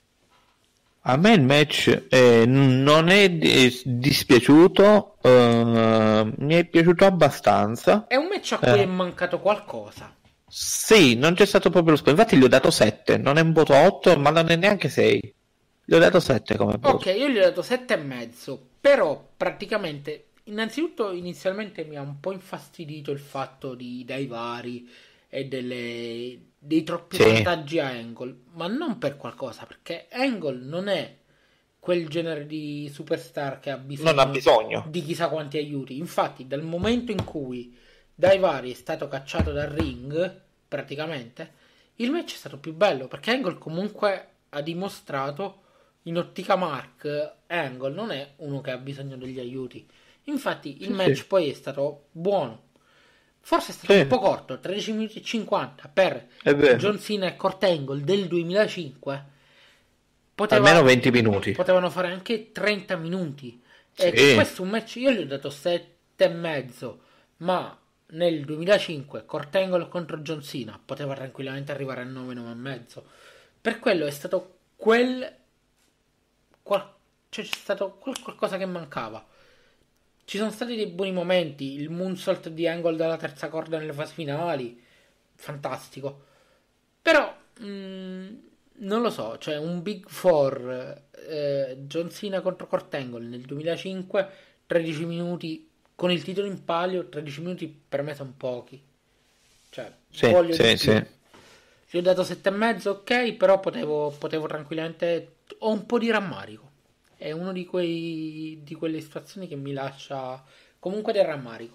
Speaker 2: A me il match eh, non è di- dispiaciuto, eh, mi è piaciuto abbastanza.
Speaker 1: È un match a cui è
Speaker 2: Eh,
Speaker 1: mancato qualcosa.
Speaker 2: sì, non c'è stato proprio lo spazio. Infatti gli ho dato sette, non è un voto otto, ma non è neanche sei. Gli ho dato sette come
Speaker 1: Ok,
Speaker 2: voto.
Speaker 1: io gli ho dato sette e mezzo, però praticamente, innanzitutto inizialmente mi ha un po' infastidito il fatto di, dai vari e delle, dei troppi
Speaker 2: Sì,
Speaker 1: vantaggi a Angle, ma non per qualcosa, perché Angle non è quel genere di superstar che ha
Speaker 2: non ha
Speaker 1: bisogno
Speaker 2: bisogno.
Speaker 1: di chissà quanti aiuti. Infatti, dal momento in cui Daivari è stato cacciato dal ring, praticamente, il match è stato più bello, perché Angle comunque ha dimostrato in ottica Mark, Angle non è uno che ha bisogno degli aiuti. Infatti il
Speaker 2: Sì, sì,
Speaker 1: match poi è stato buono. Forse è stato un
Speaker 2: sì,
Speaker 1: po' corto, tredici minuti e cinquanta per
Speaker 2: è vero.
Speaker 1: John Cena e Kurt Angle del duemilacinque.
Speaker 2: Almeno
Speaker 1: Poteva,
Speaker 2: venti minuti.
Speaker 1: potevano fare anche trenta minuti. E
Speaker 2: Sì,
Speaker 1: questo è un match, io gli ho dato sette e mezzo, ma nel duemilacinque Kurt Angle contro John Cena poteva tranquillamente arrivare a nove, nove e mezzo. Per quello è stato quel qual- cioè c'è stato quel qualcosa che mancava. Ci sono stati dei buoni momenti, il moonsault di Angle dalla terza corda nelle fasi finali, fantastico. Però mh, non lo so, cioè un Big Four, eh, John Cena contro Kurt Angle nel duemilacinque, tredici minuti con il titolo in palio, tredici minuti per me sono pochi. Cioè,
Speaker 2: sì,
Speaker 1: voglio di
Speaker 2: sì,
Speaker 1: più.
Speaker 2: sì.
Speaker 1: Gli ho dato sette e mezzo, ok, però potevo, potevo tranquillamente. Ho un po' di rammarico. È uno di quei di quelle situazioni che mi lascia comunque del rammarico.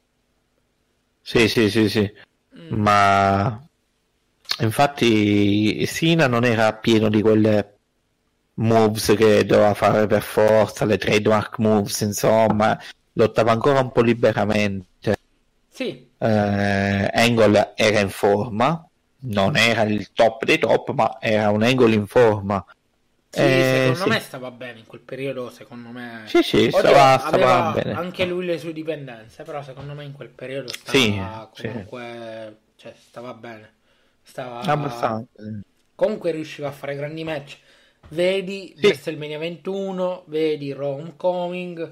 Speaker 2: Sì, sì, sì, sì.
Speaker 1: Mm,
Speaker 2: Ma infatti Sina non era pieno di quelle moves che doveva fare per forza, le trademark moves, insomma, lottava ancora un po' liberamente.
Speaker 1: sì,
Speaker 2: eh, Angle era in forma, non era il top dei top, ma era un Angle in forma.
Speaker 1: Sì,
Speaker 2: Eh,
Speaker 1: secondo
Speaker 2: sì.
Speaker 1: me stava bene in quel periodo, secondo me.
Speaker 2: Sì, sì,
Speaker 1: Oddio,
Speaker 2: stava, stava
Speaker 1: aveva
Speaker 2: bene.
Speaker 1: anche lui le sue dipendenze, però secondo me in quel periodo
Speaker 2: Sì,
Speaker 1: stava
Speaker 2: sì,
Speaker 1: comunque, cioè stava bene. Stava
Speaker 2: abbastanza.
Speaker 1: comunque riusciva a fare grandi match. Vedi
Speaker 2: Sì,
Speaker 1: WrestleMania ventuno, vedi Raw Homecoming.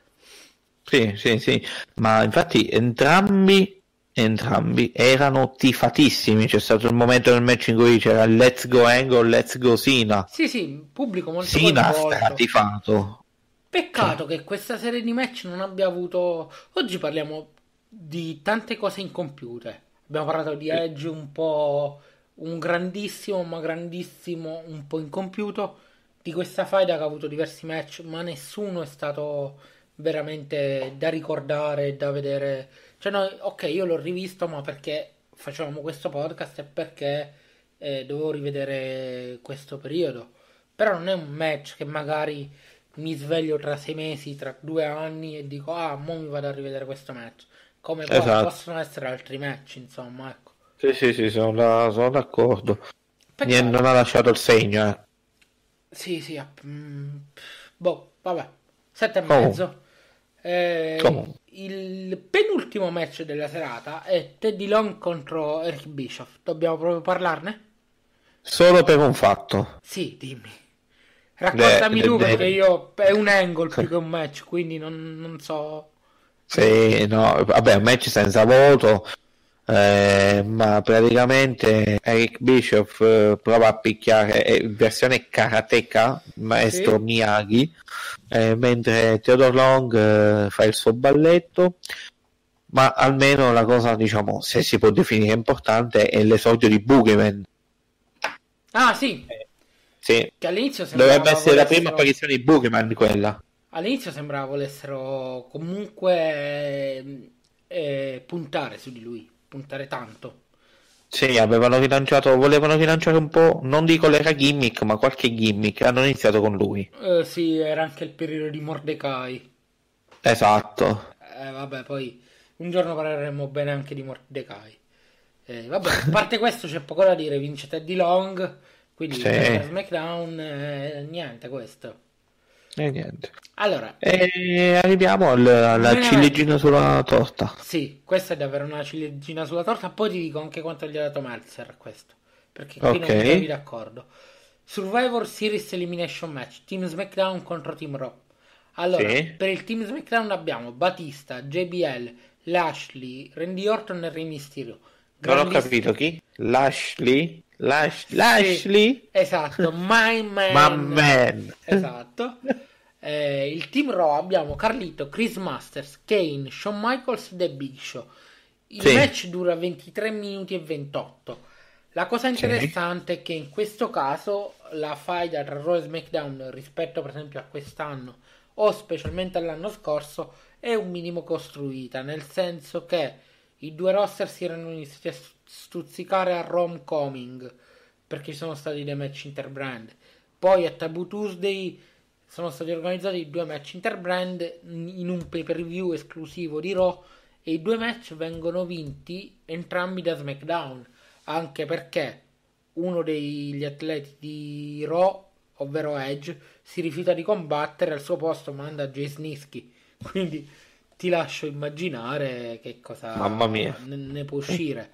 Speaker 2: sì, sì, sì, ma infatti entrambi, entrambi erano tifatissimi. C'è stato il momento del match in cui c'era il Let's Go Angle, Let's Go Sina.
Speaker 1: Sì, sì, pubblico molto
Speaker 2: Sina ha
Speaker 1: coinvolto.
Speaker 2: stratifato. Cioè,
Speaker 1: Peccato che questa serie di match non abbia avuto. Oggi parliamo di tante cose incompiute. Abbiamo parlato di Edge un po'. Un grandissimo, ma grandissimo, un po' incompiuto. Di questa faida che ha avuto diversi match, ma nessuno è stato veramente da ricordare, da vedere. Cioè, noi, ok, io l'ho rivisto, ma perché facevamo questo podcast e perché eh, dovevo rivedere questo periodo. Però non è un match che magari mi sveglio tra sei mesi, tra due anni e dico, ah, mo mi vado a rivedere questo match. Come poi
Speaker 2: esatto.
Speaker 1: possono essere altri match, insomma, ecco.
Speaker 2: Sì, sì, sì, sono, da- sono d'accordo. Niente,
Speaker 1: Peccato.
Speaker 2: non ha lasciato il segno, eh.
Speaker 1: Sì, sì, app- mm, boh, vabbè, sette e
Speaker 2: Comunque,
Speaker 1: mezzo. Eh,
Speaker 2: comunque.
Speaker 1: il penultimo match della serata è Teddy Long contro Eric Bischoff. Dobbiamo proprio parlarne?
Speaker 2: Solo per un fatto.
Speaker 1: Sì, dimmi.
Speaker 2: De-
Speaker 1: Raccontami
Speaker 2: de-
Speaker 1: tu perché
Speaker 2: de-
Speaker 1: io è un angle più che un match, quindi non, non so.
Speaker 2: Sì, no, vabbè, un match senza voto, eh, ma praticamente Eric Bischoff eh, prova a picchiare eh, versione karateka, maestro
Speaker 1: Sì?
Speaker 2: Miyagi, eh, mentre Theodore Long eh, fa il suo balletto, ma almeno la cosa, diciamo, se si può definire importante, è l'esordio di Boogeyman.
Speaker 1: Ah, sì,
Speaker 2: Sì,
Speaker 1: che all'inizio
Speaker 2: dovrebbe
Speaker 1: sembrava
Speaker 2: essere la prima
Speaker 1: volessero.
Speaker 2: apparizione di Boogeyman quella.
Speaker 1: All'inizio sembrava volessero comunque eh, eh, puntare su di lui, puntare tanto.
Speaker 2: Sì, avevano rilanciato, volevano rilanciare un po', non dico l'era gimmick, ma qualche gimmick, hanno iniziato con lui.
Speaker 1: Eh, sì, era anche il periodo di Mordecai.
Speaker 2: Esatto.
Speaker 1: Eh, vabbè, poi un giorno parleremo bene anche di Mordecai. Eh, vabbè, a parte questo c'è poco da dire, vince Teddy Long, quindi
Speaker 2: Sì,
Speaker 1: vittoria per
Speaker 2: e
Speaker 1: SmackDown, eh, niente questo.
Speaker 2: niente.
Speaker 1: Allora,
Speaker 2: E arriviamo al-
Speaker 1: il
Speaker 2: alla
Speaker 1: main event.
Speaker 2: ciliegina sulla torta.
Speaker 1: Sì, questa è davvero una ciliegina sulla torta. Poi ti dico anche quanto gli ha dato Meltzer a questo. Perché qui
Speaker 2: Ok,
Speaker 1: non mi trovi d'accordo. Survivor Series Elimination Match. Team SmackDown contro Team Raw. Allora,
Speaker 2: sì.
Speaker 1: per il Team SmackDown abbiamo Batista, J B L, Lashley, Randy Orton e Rey Mysterio.
Speaker 2: Non ho
Speaker 1: Grandissimo.
Speaker 2: capito chi? Lashley? Lash-
Speaker 1: Sì,
Speaker 2: Lashley?
Speaker 1: esatto. My
Speaker 2: My
Speaker 1: Man.
Speaker 2: man.
Speaker 1: Esatto. Eh, il Team Raw abbiamo Carlito, Chris Masters, Kane, Shawn Michaels e The Big Show. Il
Speaker 2: Sì,
Speaker 1: match dura ventitré minuti e ventotto. La cosa
Speaker 2: sì,
Speaker 1: interessante è che in questo caso la faida tra Raw e SmackDown rispetto per esempio a quest'anno o specialmente all'anno scorso è un minimo costruita, nel senso che i due roster si erano iniziati a stuzzicare a Raw Homecoming perché ci sono stati dei match interbrand. Poi a Taboo Tuesday sono stati organizzati due match interbrand in un pay per view esclusivo di Raw e i due match vengono vinti entrambi da SmackDown, anche perché uno degli atleti di Raw, ovvero Edge, si rifiuta di combattere, al suo posto manda Jay Snitsky. Quindi ti lascio immaginare che
Speaker 2: mamma
Speaker 1: cosa
Speaker 2: mia.
Speaker 1: ne, ne può uscire.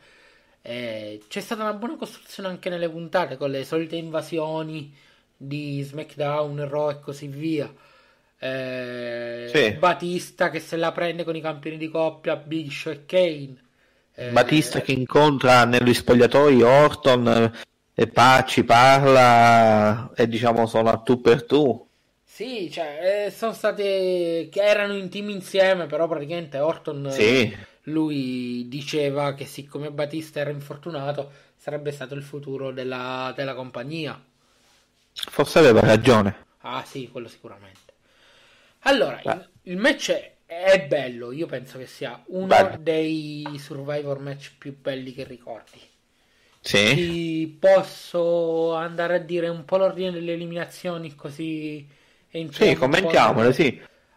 Speaker 1: Eh, c'è stata una buona costruzione anche nelle puntate con le solite invasioni di SmackDown, Raw e così via. Eh,
Speaker 2: Sì.
Speaker 1: Batista che se la prende con i campioni di coppia, Big Show e Kane.
Speaker 2: Batista
Speaker 1: Eh,
Speaker 2: che incontra negli spogliatoi Orton eh, e pa- ci parla e diciamo sono a tu per tu.
Speaker 1: sì, cioè, eh, sono state che erano in team insieme, però praticamente Orton eh,
Speaker 2: Sì,
Speaker 1: lui diceva che siccome Batista era infortunato sarebbe stato il futuro della, della compagnia.
Speaker 2: forse aveva ragione.
Speaker 1: Ah, sì, quello sicuramente. Allora,
Speaker 2: Beh,
Speaker 1: il, il match è, è bello, io penso che sia uno
Speaker 2: bello.
Speaker 1: dei Survivor match più belli che ricordi.
Speaker 2: Sì,
Speaker 1: Ti posso andare a dire un po' l'ordine delle eliminazioni così
Speaker 2: sì,
Speaker 1: entriamo un po'
Speaker 2: commentiamole,
Speaker 1: nel.
Speaker 2: sì.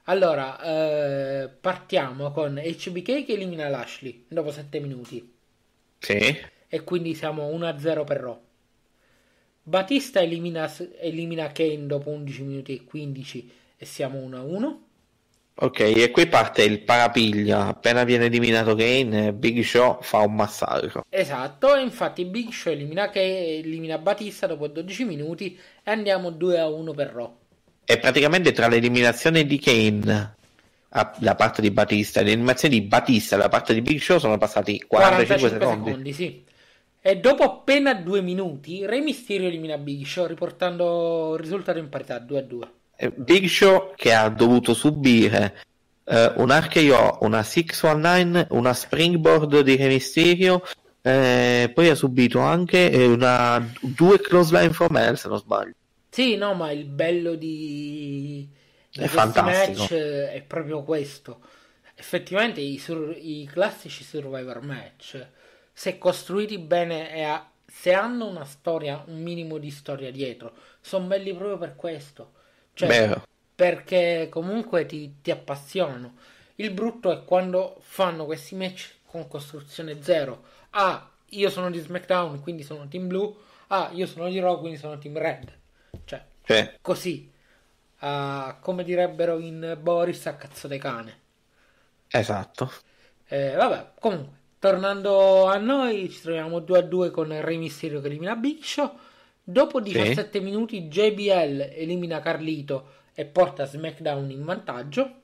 Speaker 1: Allora, eh, partiamo con H B K che elimina Lashley dopo sette minuti.
Speaker 2: Sì.
Speaker 1: E quindi siamo uno a zero per Raw. Batista elimina, elimina Kane dopo undici minuti e quindici e siamo uno a uno.
Speaker 2: Ok, e qui parte il parapiglia. Appena viene eliminato Kane, Big Show fa un massacro.
Speaker 1: Esatto, e infatti Big Show elimina, Kane, elimina Batista dopo dodici minuti e andiamo due a uno per Raw.
Speaker 2: E praticamente tra l'eliminazione di Kane a, da parte di Batista e l'eliminazione di Batista da parte di Big Show sono passati quarantacinque,
Speaker 1: quarantacinque secondi. secondi, sì. E dopo appena due minuti Re Mysterio elimina Big Show riportando il risultato in parità due a due.
Speaker 2: Big Show che ha dovuto subire uh, un R K O, una sei diciannove, una springboard di Re Mysterio, eh, poi ha subito anche una, due close line from hell se non sbaglio.
Speaker 1: Sì, no, ma il bello di, di
Speaker 2: è
Speaker 1: questi
Speaker 2: fantastico.
Speaker 1: match è proprio questo. Effettivamente i, sur- i classici Survivor match, se costruiti bene e a- se hanno una storia, un minimo di storia dietro, sono belli proprio per questo. Cioè,
Speaker 2: Vero.
Speaker 1: perché comunque ti, ti appassionano. Il brutto è quando fanno questi match con costruzione zero. Ah, io sono di SmackDown, quindi sono Team Blue. Ah, io sono di Raw, quindi sono Team Red. Cioè,
Speaker 2: Sì.
Speaker 1: così. Uh, come direbbero in Boris a cazzo de cane.
Speaker 2: Esatto.
Speaker 1: Eh, vabbè, comunque, tornando a noi, ci troviamo due a due con Re Mysterio che elimina Big Show. Dopo diciassette sì. minuti J B L elimina Carlito e porta SmackDown in vantaggio.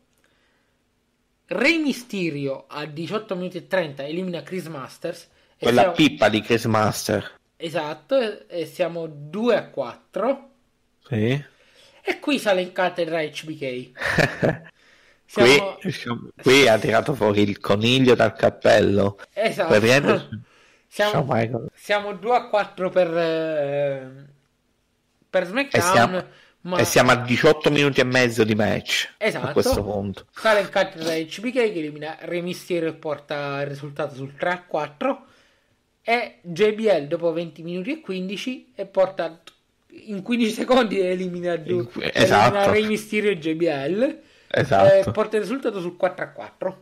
Speaker 1: Re Mysterio a diciotto minuti e trenta elimina Chris Masters.
Speaker 2: Quella
Speaker 1: siamo...
Speaker 2: pippa di Chris Master.
Speaker 1: Esatto, e siamo due a quattro.
Speaker 2: Sì.
Speaker 1: E qui sale in cattedra H B K.
Speaker 2: Siamo... Qui, qui ha tirato fuori il coniglio dal cappello.
Speaker 1: Esatto.
Speaker 2: Praticamente...
Speaker 1: Siamo, siamo due a quattro per, eh, per SmackDown.
Speaker 2: E siamo,
Speaker 1: ma...
Speaker 2: e siamo a diciotto minuti e mezzo di match.
Speaker 1: Esatto.
Speaker 2: A questo punto.
Speaker 1: Sale in cattedra H B K che elimina Re Mysterio e porta il risultato sul tre a quattro. E J B L dopo venti minuti e quindici e porta in quindici secondi elimina, due,
Speaker 2: esatto.
Speaker 1: elimina Re Mysterio e J B L.
Speaker 2: Esatto.
Speaker 1: E porta il risultato sul quattro a quattro.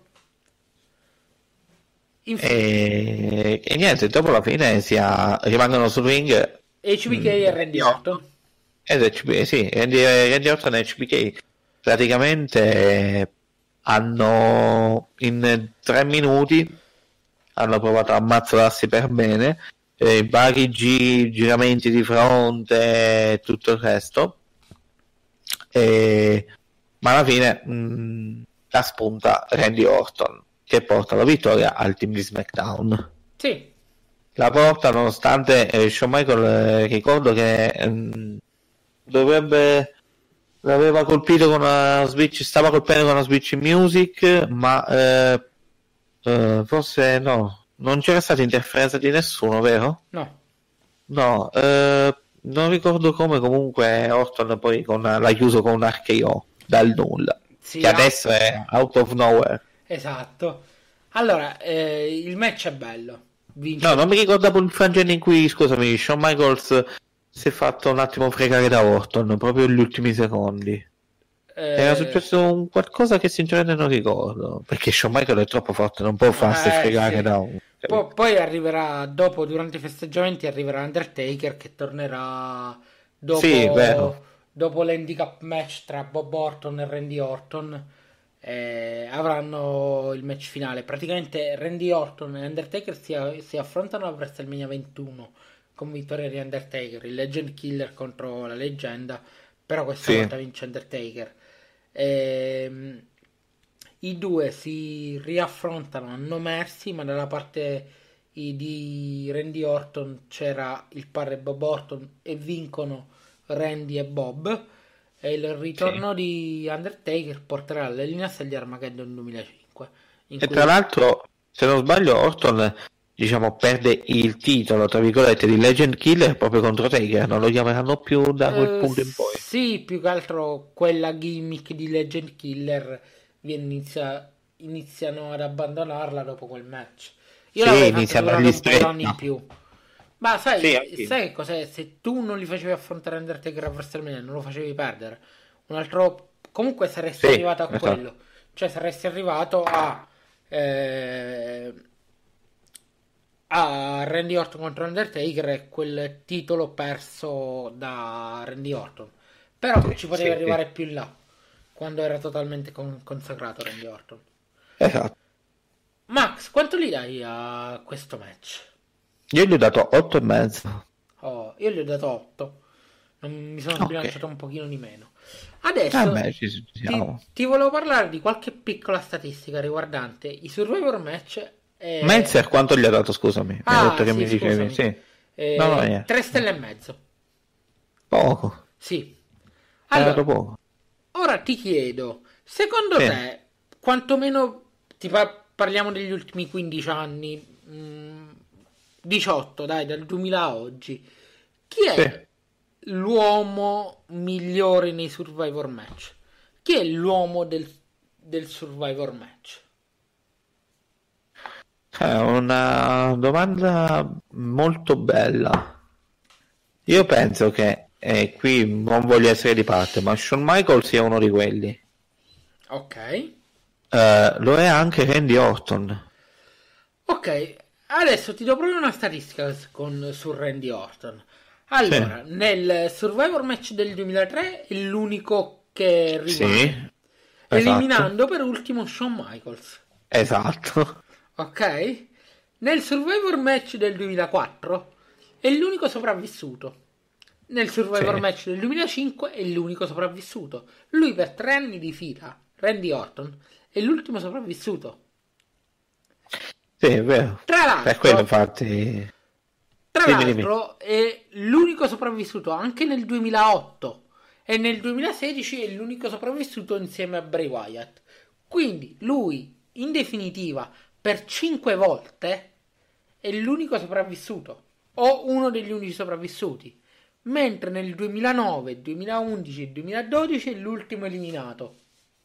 Speaker 2: E... e niente, dopo la fine si ha... rimangono sul ring
Speaker 1: H B K mm, e Randy no. Orton.
Speaker 2: Ed H B K, sì, Randy, Randy Orton e H B K praticamente hanno in tre minuti hanno provato a ammazzarsi per bene, eh, vari gi- giramenti di fronte e tutto il resto, e... ma alla fine mh, la spunta Randy Orton che porta la vittoria al team di SmackDown.
Speaker 1: Sì.
Speaker 2: La porta nonostante eh, Shawn Michaels, eh, ricordo che mh, dovrebbe l'aveva colpito con una switch, stava colpendo con una switch music, ma eh, eh, forse no, non c'era stata interferenza di nessuno, vero?
Speaker 1: No.
Speaker 2: No, eh, non ricordo come, comunque Orton poi con, l'ha chiuso con un R K O dal nulla, sì, che adesso è out of nowhere.
Speaker 1: Esatto. Allora, eh, il match è bello. Vince.
Speaker 2: No, non mi ricordavo il frangente in cui, scusami, Shawn Michaels si è fatto un attimo fregare da Orton, proprio negli ultimi secondi. Eh... Era successo un qualcosa che sinceramente non ricordo, perché Shawn Michaels è troppo forte, non può farsi eh, fregare sì. da un...
Speaker 1: Poi, poi arriverà, dopo, durante i festeggiamenti, arriverà Undertaker che tornerà dopo,
Speaker 2: sì, vero.
Speaker 1: dopo l'handicap match tra Bob Orton e Randy Orton. Eh, avranno il match finale. Praticamente Randy Orton e Undertaker si, si affrontano a WrestleMania ventuno con vittoria di Undertaker, il Legend Killer contro la leggenda, però questa sì. volta vince Undertaker. Eh, i due si riaffrontano a No Mercy, ma dalla parte di Randy Orton c'era il padre Bob Orton e vincono Randy e Bob. E il ritorno sì. di Undertaker porterà all'Elinas agli Armageddon duemilacinque.
Speaker 2: E cui... tra l'altro, se non sbaglio, Orton diciamo perde il titolo tra virgolette di Legend Killer proprio contro Taker, non lo chiameranno più da quel uh, punto in poi.
Speaker 1: Sì, più che altro quella gimmick di Legend Killer inizia, iniziano ad abbandonarla dopo quel match. Io
Speaker 2: sì,
Speaker 1: l'avevo
Speaker 2: iniziano
Speaker 1: fatto
Speaker 2: gli
Speaker 1: un po' d'anni in più. Ma sai,
Speaker 2: sì,
Speaker 1: sai cos'è? Se tu non li facevi affrontare Undertaker a WrestleMania, non lo facevi perdere. Un altro comunque saresti
Speaker 2: Sì,
Speaker 1: arrivato a
Speaker 2: esatto.
Speaker 1: quello. Cioè saresti arrivato a... eh, a Randy Orton contro Undertaker e quel titolo perso da Randy Orton. Però ci potevi
Speaker 2: Sì, sì.
Speaker 1: arrivare più in là, quando era totalmente con- consacrato Randy Orton.
Speaker 2: Esatto.
Speaker 1: Max, quanto gli dai a questo match?
Speaker 2: Io gli ho dato otto e mezzo.
Speaker 1: Oh, io gli ho dato otto. Non mi sono
Speaker 2: Ok.
Speaker 1: sbilanciato un pochino di meno. Adesso
Speaker 2: Vabbè, ci ci
Speaker 1: ti,
Speaker 2: siamo.
Speaker 1: ti volevo parlare di qualche piccola statistica riguardante i Survivor match. E...
Speaker 2: Meltzer quanto gli ha dato, scusami? Mi ha detto
Speaker 1: Ah,
Speaker 2: che
Speaker 1: sì,
Speaker 2: mi dicevi,
Speaker 1: scusami.
Speaker 2: sì. No, no,
Speaker 1: Eh,
Speaker 2: niente.
Speaker 1: tre stelle e mezzo.
Speaker 2: Poco.
Speaker 1: Sì.
Speaker 2: È dato
Speaker 1: Allora,
Speaker 2: poco.
Speaker 1: ora ti chiedo, secondo
Speaker 2: Sì,
Speaker 1: te, quantomeno ti pa- parliamo degli ultimi quindici anni, mh, diciotto, dai, dal duemila a oggi, chi
Speaker 2: sì.
Speaker 1: è l'uomo migliore nei Survivor match? Chi è l'uomo del, del Survivor match?
Speaker 2: È una domanda molto bella. Io penso che, e qui non voglio essere di parte, ma Shawn Michaels sia uno di quelli.
Speaker 1: Ok.
Speaker 2: Eh, lo è anche Randy Orton.
Speaker 1: Ok, adesso ti do proprio una statistica s- con, su Randy Orton.
Speaker 2: Sì,
Speaker 1: Allora, nel Survivor match del duemilatré è l'unico che
Speaker 2: sì,
Speaker 1: rimane,
Speaker 2: esatto,
Speaker 1: eliminando per ultimo Shawn Michaels.
Speaker 2: esatto.
Speaker 1: Ok? Nel Survivor match del duemilaquattro è l'unico sopravvissuto. Nel Survivor
Speaker 2: Sì,
Speaker 1: match del duemilacinque è l'unico sopravvissuto. Lui per tre anni di fila, Randy Orton, è l'ultimo sopravvissuto.
Speaker 2: sì, è vero.
Speaker 1: Tra
Speaker 2: Per quello,
Speaker 1: l'altro,
Speaker 2: infatti.
Speaker 1: Tra
Speaker 2: Dimmi, dimmi.
Speaker 1: l'altro è l'unico sopravvissuto anche nel duemilaotto e nel duemilasedici è l'unico sopravvissuto insieme a Bray Wyatt. Quindi lui, in definitiva, per cinque volte è l'unico sopravvissuto o uno degli unici sopravvissuti, mentre nel duemilanove, duemilaundici e duemiladodici è l'ultimo eliminato.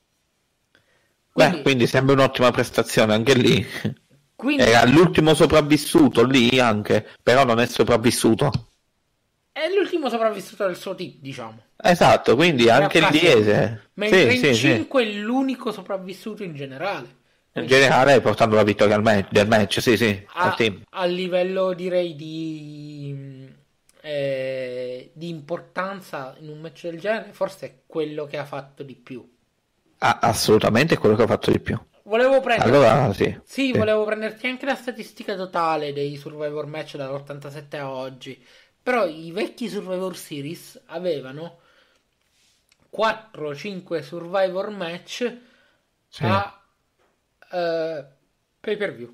Speaker 2: Beh,
Speaker 1: Quindi,
Speaker 2: quindi sembra un'ottima prestazione anche lì.
Speaker 1: quindi
Speaker 2: Era l'ultimo sopravvissuto lì anche, però non è sopravvissuto.
Speaker 1: è l'ultimo sopravvissuto del suo team, diciamo.
Speaker 2: Esatto, quindi
Speaker 1: Tre
Speaker 2: anche lì
Speaker 1: occasioni,
Speaker 2: è...
Speaker 1: mentre
Speaker 2: Sì,
Speaker 1: in
Speaker 2: sì, sì.
Speaker 1: cinque è l'unico sopravvissuto in generale.
Speaker 2: In
Speaker 1: Quindi
Speaker 2: generale portando la vittoria al match, del match, sì, sì, al
Speaker 1: a,
Speaker 2: team.
Speaker 1: a livello direi di, eh, di importanza in un match del genere, forse è quello che ha fatto di più.
Speaker 2: Ah, assolutamente è quello che ha fatto di più.
Speaker 1: Volevo prenderti,
Speaker 2: Allora, sì,
Speaker 1: sì,
Speaker 2: sì,
Speaker 1: volevo prenderti anche la statistica totale dei Survivor match dall'ottantasette a oggi. Però i vecchi Survivor Series avevano quattro cinque Survivor match
Speaker 2: sì.
Speaker 1: a eh, pay per view.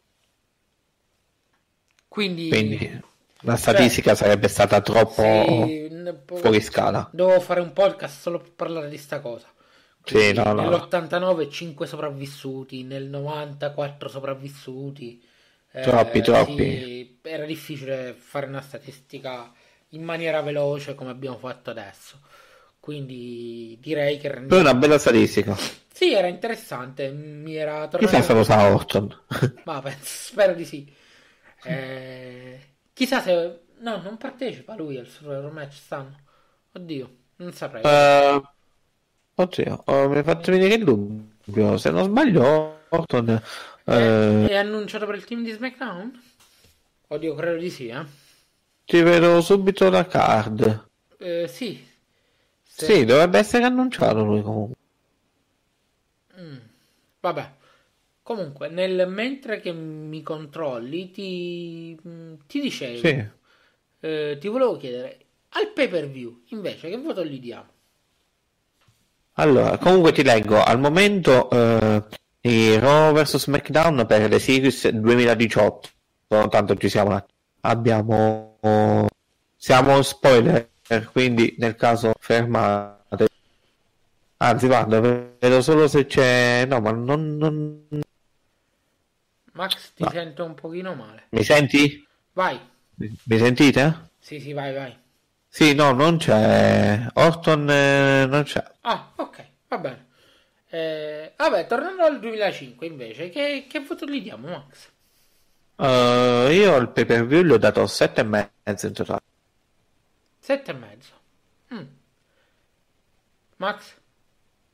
Speaker 1: Quindi,
Speaker 2: Quindi la
Speaker 1: cioè,
Speaker 2: statistica sarebbe stata troppo
Speaker 1: sì, n-
Speaker 2: fuori
Speaker 1: po-
Speaker 2: scala.
Speaker 1: devo fare un podcast solo per parlare di sta cosa.
Speaker 2: Sì,
Speaker 1: Quindi
Speaker 2: no, no, no.
Speaker 1: nell'ottantanove cinque sopravvissuti, nel novanta quattro sopravvissuti.
Speaker 2: Troppi,
Speaker 1: Eh,
Speaker 2: troppi.
Speaker 1: sì, era difficile fare una statistica in maniera veloce come abbiamo fatto adesso. Quindi direi che Randy
Speaker 2: Poi una
Speaker 1: Orton...
Speaker 2: bella statistica.
Speaker 1: Sì, era interessante, mi era
Speaker 2: Chissà se
Speaker 1: tornato...
Speaker 2: lo sa Orton.
Speaker 1: Ma penso, spero di sì. Eh, chissà se... No, non partecipa lui al Survivor Match stanno. Oddio, non saprei, vabbè.
Speaker 2: Eh, oddio, oh, mi hai fatto venire il dubbio. Se non sbaglio, Orton
Speaker 1: È,
Speaker 2: eh,
Speaker 1: è annunciato per il team di SmackDown? Oddio, credo di sì, eh.
Speaker 2: ti vedo subito la card.
Speaker 1: Eh, sì,
Speaker 2: Sì,
Speaker 1: se...
Speaker 2: dovrebbe essere annunciato lui comunque.
Speaker 1: mm, vabbè. Comunque, nel mentre che mi controlli, ti, mm, ti dicevo,
Speaker 2: Sì.
Speaker 1: eh, ti volevo chiedere, al pay per view, invece, che voto gli diamo?
Speaker 2: Allora, comunque ti leggo, al momento eh, i Raw versus SmackDown per le Series duemiladiciotto, tanto ci siamo, un attimo. Abbiamo, siamo spoiler, quindi nel caso fermate, anzi guarda, vedo solo se c'è, no ma non, non...
Speaker 1: Max, ti
Speaker 2: no.
Speaker 1: sento un pochino male.
Speaker 2: Mi senti?
Speaker 1: Vai.
Speaker 2: Mi sentite?
Speaker 1: Sì, sì, vai, vai.
Speaker 2: Sì, no, non c'è, Orton eh, non c'è.
Speaker 1: Ah, ok, va bene. Eh, vabbè, tornando al duemilacinque invece, che, che voto gli diamo, Max?
Speaker 2: Uh, io al pay per view gli ho dato sette e mezzo in totale.
Speaker 1: Sette e mezzo. Mm. Max?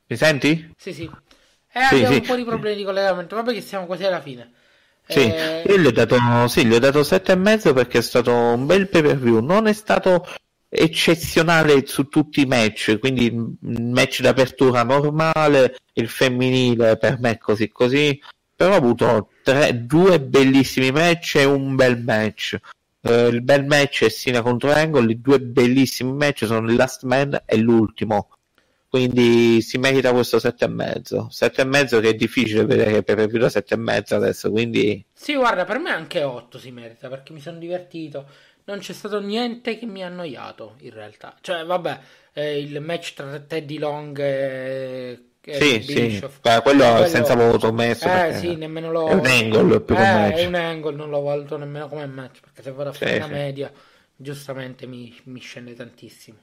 Speaker 2: Mi senti?
Speaker 1: Sì, sì. Eh,
Speaker 2: Sì,
Speaker 1: abbiamo
Speaker 2: sì.
Speaker 1: un po' di problemi di collegamento, vabbè che siamo quasi alla fine.
Speaker 2: Sì,
Speaker 1: Eh,
Speaker 2: io gli ho dato, sì, gli ho dato sette e mezzo perché è stato un bel pay per view, non è stato eccezionale su tutti i match, quindi il match d'apertura normale, il femminile per me così così, però ho avuto tre, due bellissimi match e un bel match. Eh, il bel match è Cena contro Angle, i due bellissimi match sono il Last Man e l'ultimo. Quindi si merita questo sette e mezzo. Sette e mezzo che è difficile vedere per più da sette e mezzo adesso, quindi
Speaker 1: sì, guarda, per me anche otto si merita perché mi sono divertito. Non c'è stato niente che mi ha annoiato in realtà. Cioè, vabbè, eh, il match tra Teddy Long e
Speaker 2: sì,
Speaker 1: Eric
Speaker 2: sì,
Speaker 1: Bischoff.
Speaker 2: ma quello
Speaker 1: Eh,
Speaker 2: è senza
Speaker 1: quello...
Speaker 2: voto messo
Speaker 1: Eh sì,
Speaker 2: perché
Speaker 1: nemmeno
Speaker 2: è un
Speaker 1: lo...
Speaker 2: angle più che un
Speaker 1: Eh, è
Speaker 2: match.
Speaker 1: un angle, non lo valuto nemmeno come match perché se vado a
Speaker 2: Sì,
Speaker 1: fare una
Speaker 2: sì,
Speaker 1: media, giustamente mi, mi scende tantissimo.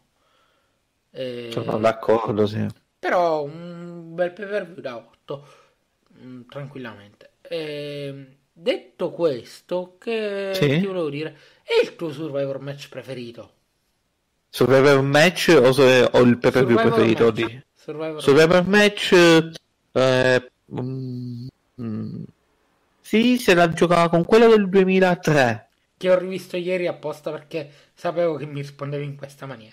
Speaker 2: sono
Speaker 1: Eh,
Speaker 2: d'accordo, sì.
Speaker 1: però un bel pay per view da otto, mm, tranquillamente. Eh, detto questo, che ti
Speaker 2: Sì?
Speaker 1: volevo dire? È il tuo Survivor match preferito?
Speaker 2: Survivor match o, so- o il pay per view
Speaker 1: Survivor
Speaker 2: preferito
Speaker 1: match.
Speaker 2: di
Speaker 1: Survivor match.
Speaker 2: Survivor match? eh, mm, mm, sì, se la giocava con quello del duemilatré.
Speaker 1: Che ho rivisto ieri apposta perché sapevo che mi rispondevi in questa maniera.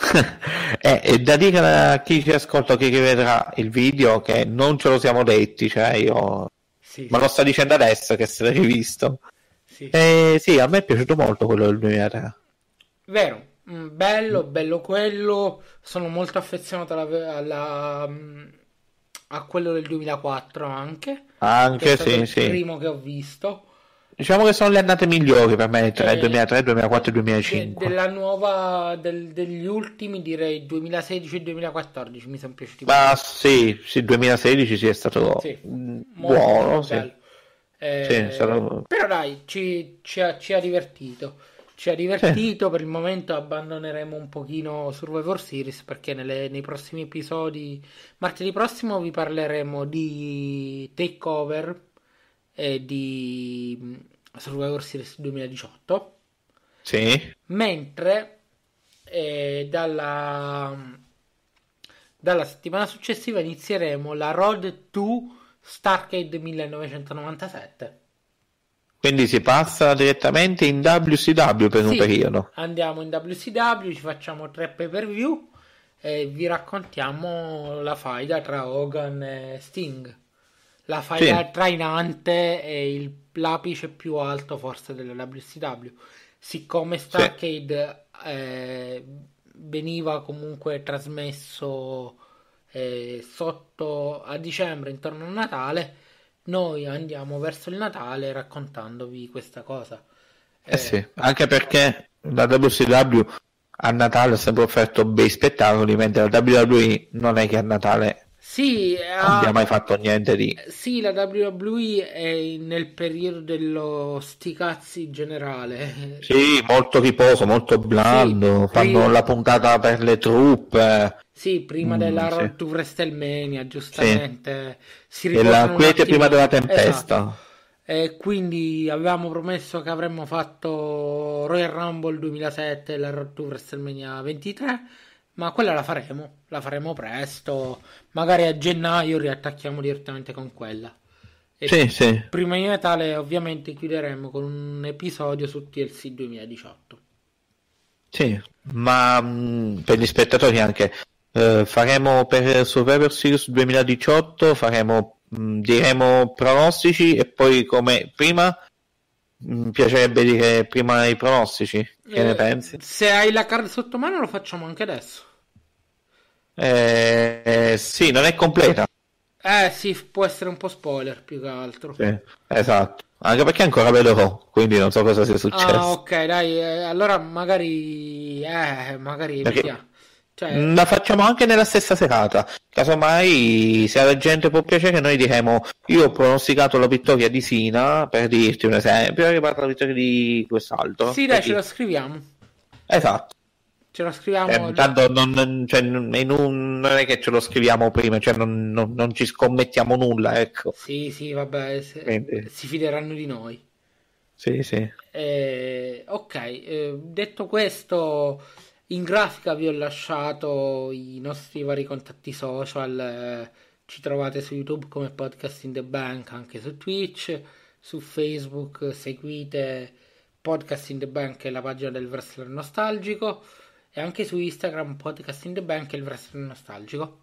Speaker 2: Eh, è da dire a chi ci ascolta, chi vedrà il video, che non ce lo siamo detti, cioè io...
Speaker 1: Sì,
Speaker 2: Ma lo sta dicendo adesso che se l'hai rivisto.
Speaker 1: sì.
Speaker 2: Eh, sì, a me è piaciuto molto quello del duemilatré.
Speaker 1: Vero, mm, bello, bello quello. Sono molto affezionato alla, alla, mm, a quello del duemilaquattro anche, che è
Speaker 2: Anche
Speaker 1: stato
Speaker 2: sì,
Speaker 1: il
Speaker 2: sì.
Speaker 1: primo che ho visto.
Speaker 2: Diciamo che sono le annate migliori per me, tra il
Speaker 1: E
Speaker 2: duemilatré, duemilaquattro e
Speaker 1: de-
Speaker 2: duemilacinque.
Speaker 1: della nuova, del- degli ultimi direi duemilasedici e duemilaquattordici mi sono piaciuti
Speaker 2: Ma
Speaker 1: molto.
Speaker 2: sì, sì, duemilasedici sì, è stato
Speaker 1: Sì,
Speaker 2: mm,
Speaker 1: molto
Speaker 2: buono,
Speaker 1: molto
Speaker 2: sì.
Speaker 1: bello.
Speaker 2: Sì, è
Speaker 1: Eh,
Speaker 2: stato...
Speaker 1: però dai, ci, ci ha, ci ha divertito. Ci ha
Speaker 2: Sì,
Speaker 1: divertito, per il momento abbandoneremo un pochino Survivor Series perché nelle- nei prossimi episodi, martedì prossimo vi parleremo di Takeover e di mm, Survivor Series duemiladiciotto,
Speaker 2: sì,
Speaker 1: mentre eh, dalla, dalla settimana successiva inizieremo la Road to Starcade millenovecentonovantasette.
Speaker 2: quindi si passa direttamente in W C W per un
Speaker 1: Sì,
Speaker 2: periodo.
Speaker 1: andiamo in W C W, ci facciamo tre pay per view e vi raccontiamo la faida tra Hogan e Sting. La faida
Speaker 2: Sì,
Speaker 1: trainante e il, l'apice più alto forse della W C W. Siccome
Speaker 2: sì,
Speaker 1: Starcade eh, veniva comunque trasmesso eh, sotto a dicembre, intorno a Natale, noi andiamo verso il Natale raccontandovi questa cosa.
Speaker 2: eh
Speaker 1: Eh,
Speaker 2: sì, anche perché la W C W a Natale ha sempre offerto bei spettacoli, mentre la W W E non è che a Natale
Speaker 1: sì,
Speaker 2: abbia mai
Speaker 1: ha-
Speaker 2: fatto niente di...
Speaker 1: sì, la W W E è nel periodo dello sticazzi generale.
Speaker 2: Sì, molto riposo, molto
Speaker 1: Sì,
Speaker 2: blando, fanno
Speaker 1: pri-
Speaker 2: la puntata per le truppe.
Speaker 1: sì, prima
Speaker 2: Mm,
Speaker 1: della
Speaker 2: sì,
Speaker 1: Road to WrestleMania,
Speaker 2: sì.
Speaker 1: giustamente si
Speaker 2: E la
Speaker 1: riposano un
Speaker 2: quiete prima della
Speaker 1: attimino. Esatto.
Speaker 2: tempesta.
Speaker 1: E quindi avevamo promesso che avremmo fatto Royal Rumble duemilasette e la Road to WrestleMania ventitré, ma quella la faremo, la faremo presto, magari a gennaio riattacchiamo direttamente con quella. E
Speaker 2: Sì, sì,
Speaker 1: prima di Natale ovviamente chiuderemo con un episodio su T L C duemiladiciotto.
Speaker 2: sì. Ma mm, per gli spettatori anche, eh, faremo per Survivor Series duemiladiciotto, faremo, mm, diremo pronostici e poi come prima, mi piacerebbe dire prima i pronostici. Che ne
Speaker 1: Eh,
Speaker 2: pensi?
Speaker 1: se hai la card sotto mano lo facciamo anche adesso.
Speaker 2: Eh, eh, sì, non è completa.
Speaker 1: Eh sì, può essere un po' spoiler più che altro.
Speaker 2: Sì, esatto. Anche perché ancora vedo Raw, quindi non so cosa sia
Speaker 1: Ah,
Speaker 2: successo.
Speaker 1: ok, dai, eh, allora magari, eh, magari
Speaker 2: Perché
Speaker 1: evitiamo. Cioè,
Speaker 2: mm, la facciamo anche nella stessa serata. Casomai, se alla gente può piacere, noi diremo: io ho pronosticato la vittoria di Sina, per dirti un esempio, e riguarda la vittoria di quest'altro.
Speaker 1: sì,
Speaker 2: Per
Speaker 1: dai, ce lo
Speaker 2: dire.
Speaker 1: scriviamo.
Speaker 2: Esatto.
Speaker 1: Ce lo scriviamo.
Speaker 2: Eh, tanto non, non- cioè, non in un- non è che ce lo scriviamo prima, cioè non, non- non ci scommettiamo nulla, ecco.
Speaker 1: Sì, sì, vabbè, se-
Speaker 2: Quindi,
Speaker 1: si fideranno di noi.
Speaker 2: sì, sì.
Speaker 1: Eh, ok, eh, detto questo, In grafica vi ho lasciato i nostri vari contatti social, eh, ci trovate su YouTube come Podcast in the Bank, anche su Twitch, su Facebook seguite Podcast in the Bank e la pagina del wrestler nostalgico, e anche su Instagram Podcast in the Bank e il wrestler nostalgico.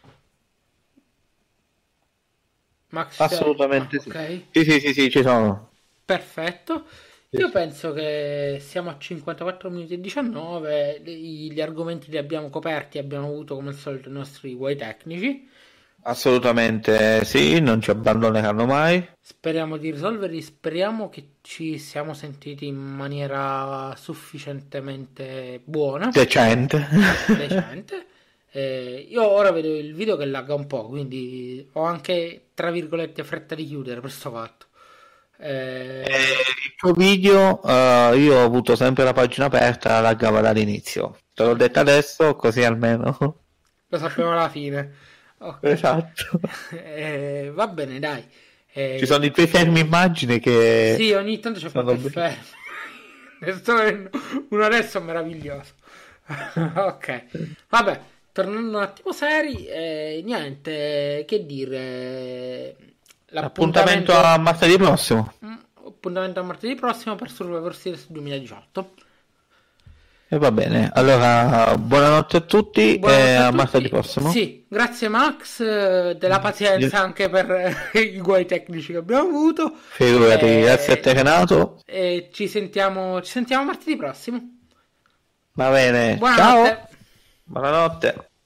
Speaker 1: Max,
Speaker 2: Assolutamente sì.
Speaker 1: ok?
Speaker 2: Sì, sì, sì, sì, ci sono.
Speaker 1: Perfetto.
Speaker 2: Sì,
Speaker 1: Io
Speaker 2: sì.
Speaker 1: penso che siamo a cinquantaquattro minuti e diciannove, gli gli argomenti li abbiamo coperti, abbiamo avuto come al solito i nostri guai tecnici.
Speaker 2: Assolutamente sì, non ci abbandoneranno mai.
Speaker 1: Speriamo di risolverli, speriamo che ci siamo sentiti in maniera sufficientemente buona,
Speaker 2: Decente.
Speaker 1: decente. Eh, io ora vedo il video che lagga un po', quindi ho anche, tra virgolette, fretta di chiudere per sto fatto.
Speaker 2: Eh,
Speaker 1: Eh,
Speaker 2: il tuo video, eh, io ho avuto sempre la pagina aperta, la laggava dall'inizio. Te l'ho detto adesso, così almeno.
Speaker 1: Lo sappiamo alla fine. Ok.
Speaker 2: Esatto.
Speaker 1: Eh, va bene, dai.
Speaker 2: Ci
Speaker 1: Eh,
Speaker 2: sono i tuoi fermi immagini che
Speaker 1: sì, ogni tanto c'è
Speaker 2: sono
Speaker 1: qualche
Speaker 2: be-
Speaker 1: fermo. Ne sto vedendo uno adesso meraviglioso. Ok. Vabbè, tornando un attimo seri, eh, niente, che dire.
Speaker 2: Appuntamento
Speaker 1: L'appuntamento
Speaker 2: a martedì prossimo.
Speaker 1: mm, appuntamento a martedì prossimo per Survivor Series duemiladiciotto.
Speaker 2: E va bene. Allora, buonanotte a tutti e
Speaker 1: Buonanotte a
Speaker 2: a martedì
Speaker 1: tutti.
Speaker 2: prossimo.
Speaker 1: Sì, grazie Max, eh, della pazienza anche per eh, i guai tecnici che abbiamo avuto.
Speaker 2: Figurati, grazie a
Speaker 1: E,
Speaker 2: te Renato.
Speaker 1: e ci sentiamo, ci sentiamo martedì prossimo.
Speaker 2: Va bene.
Speaker 1: Buonanotte.
Speaker 2: Ciao. Buonanotte.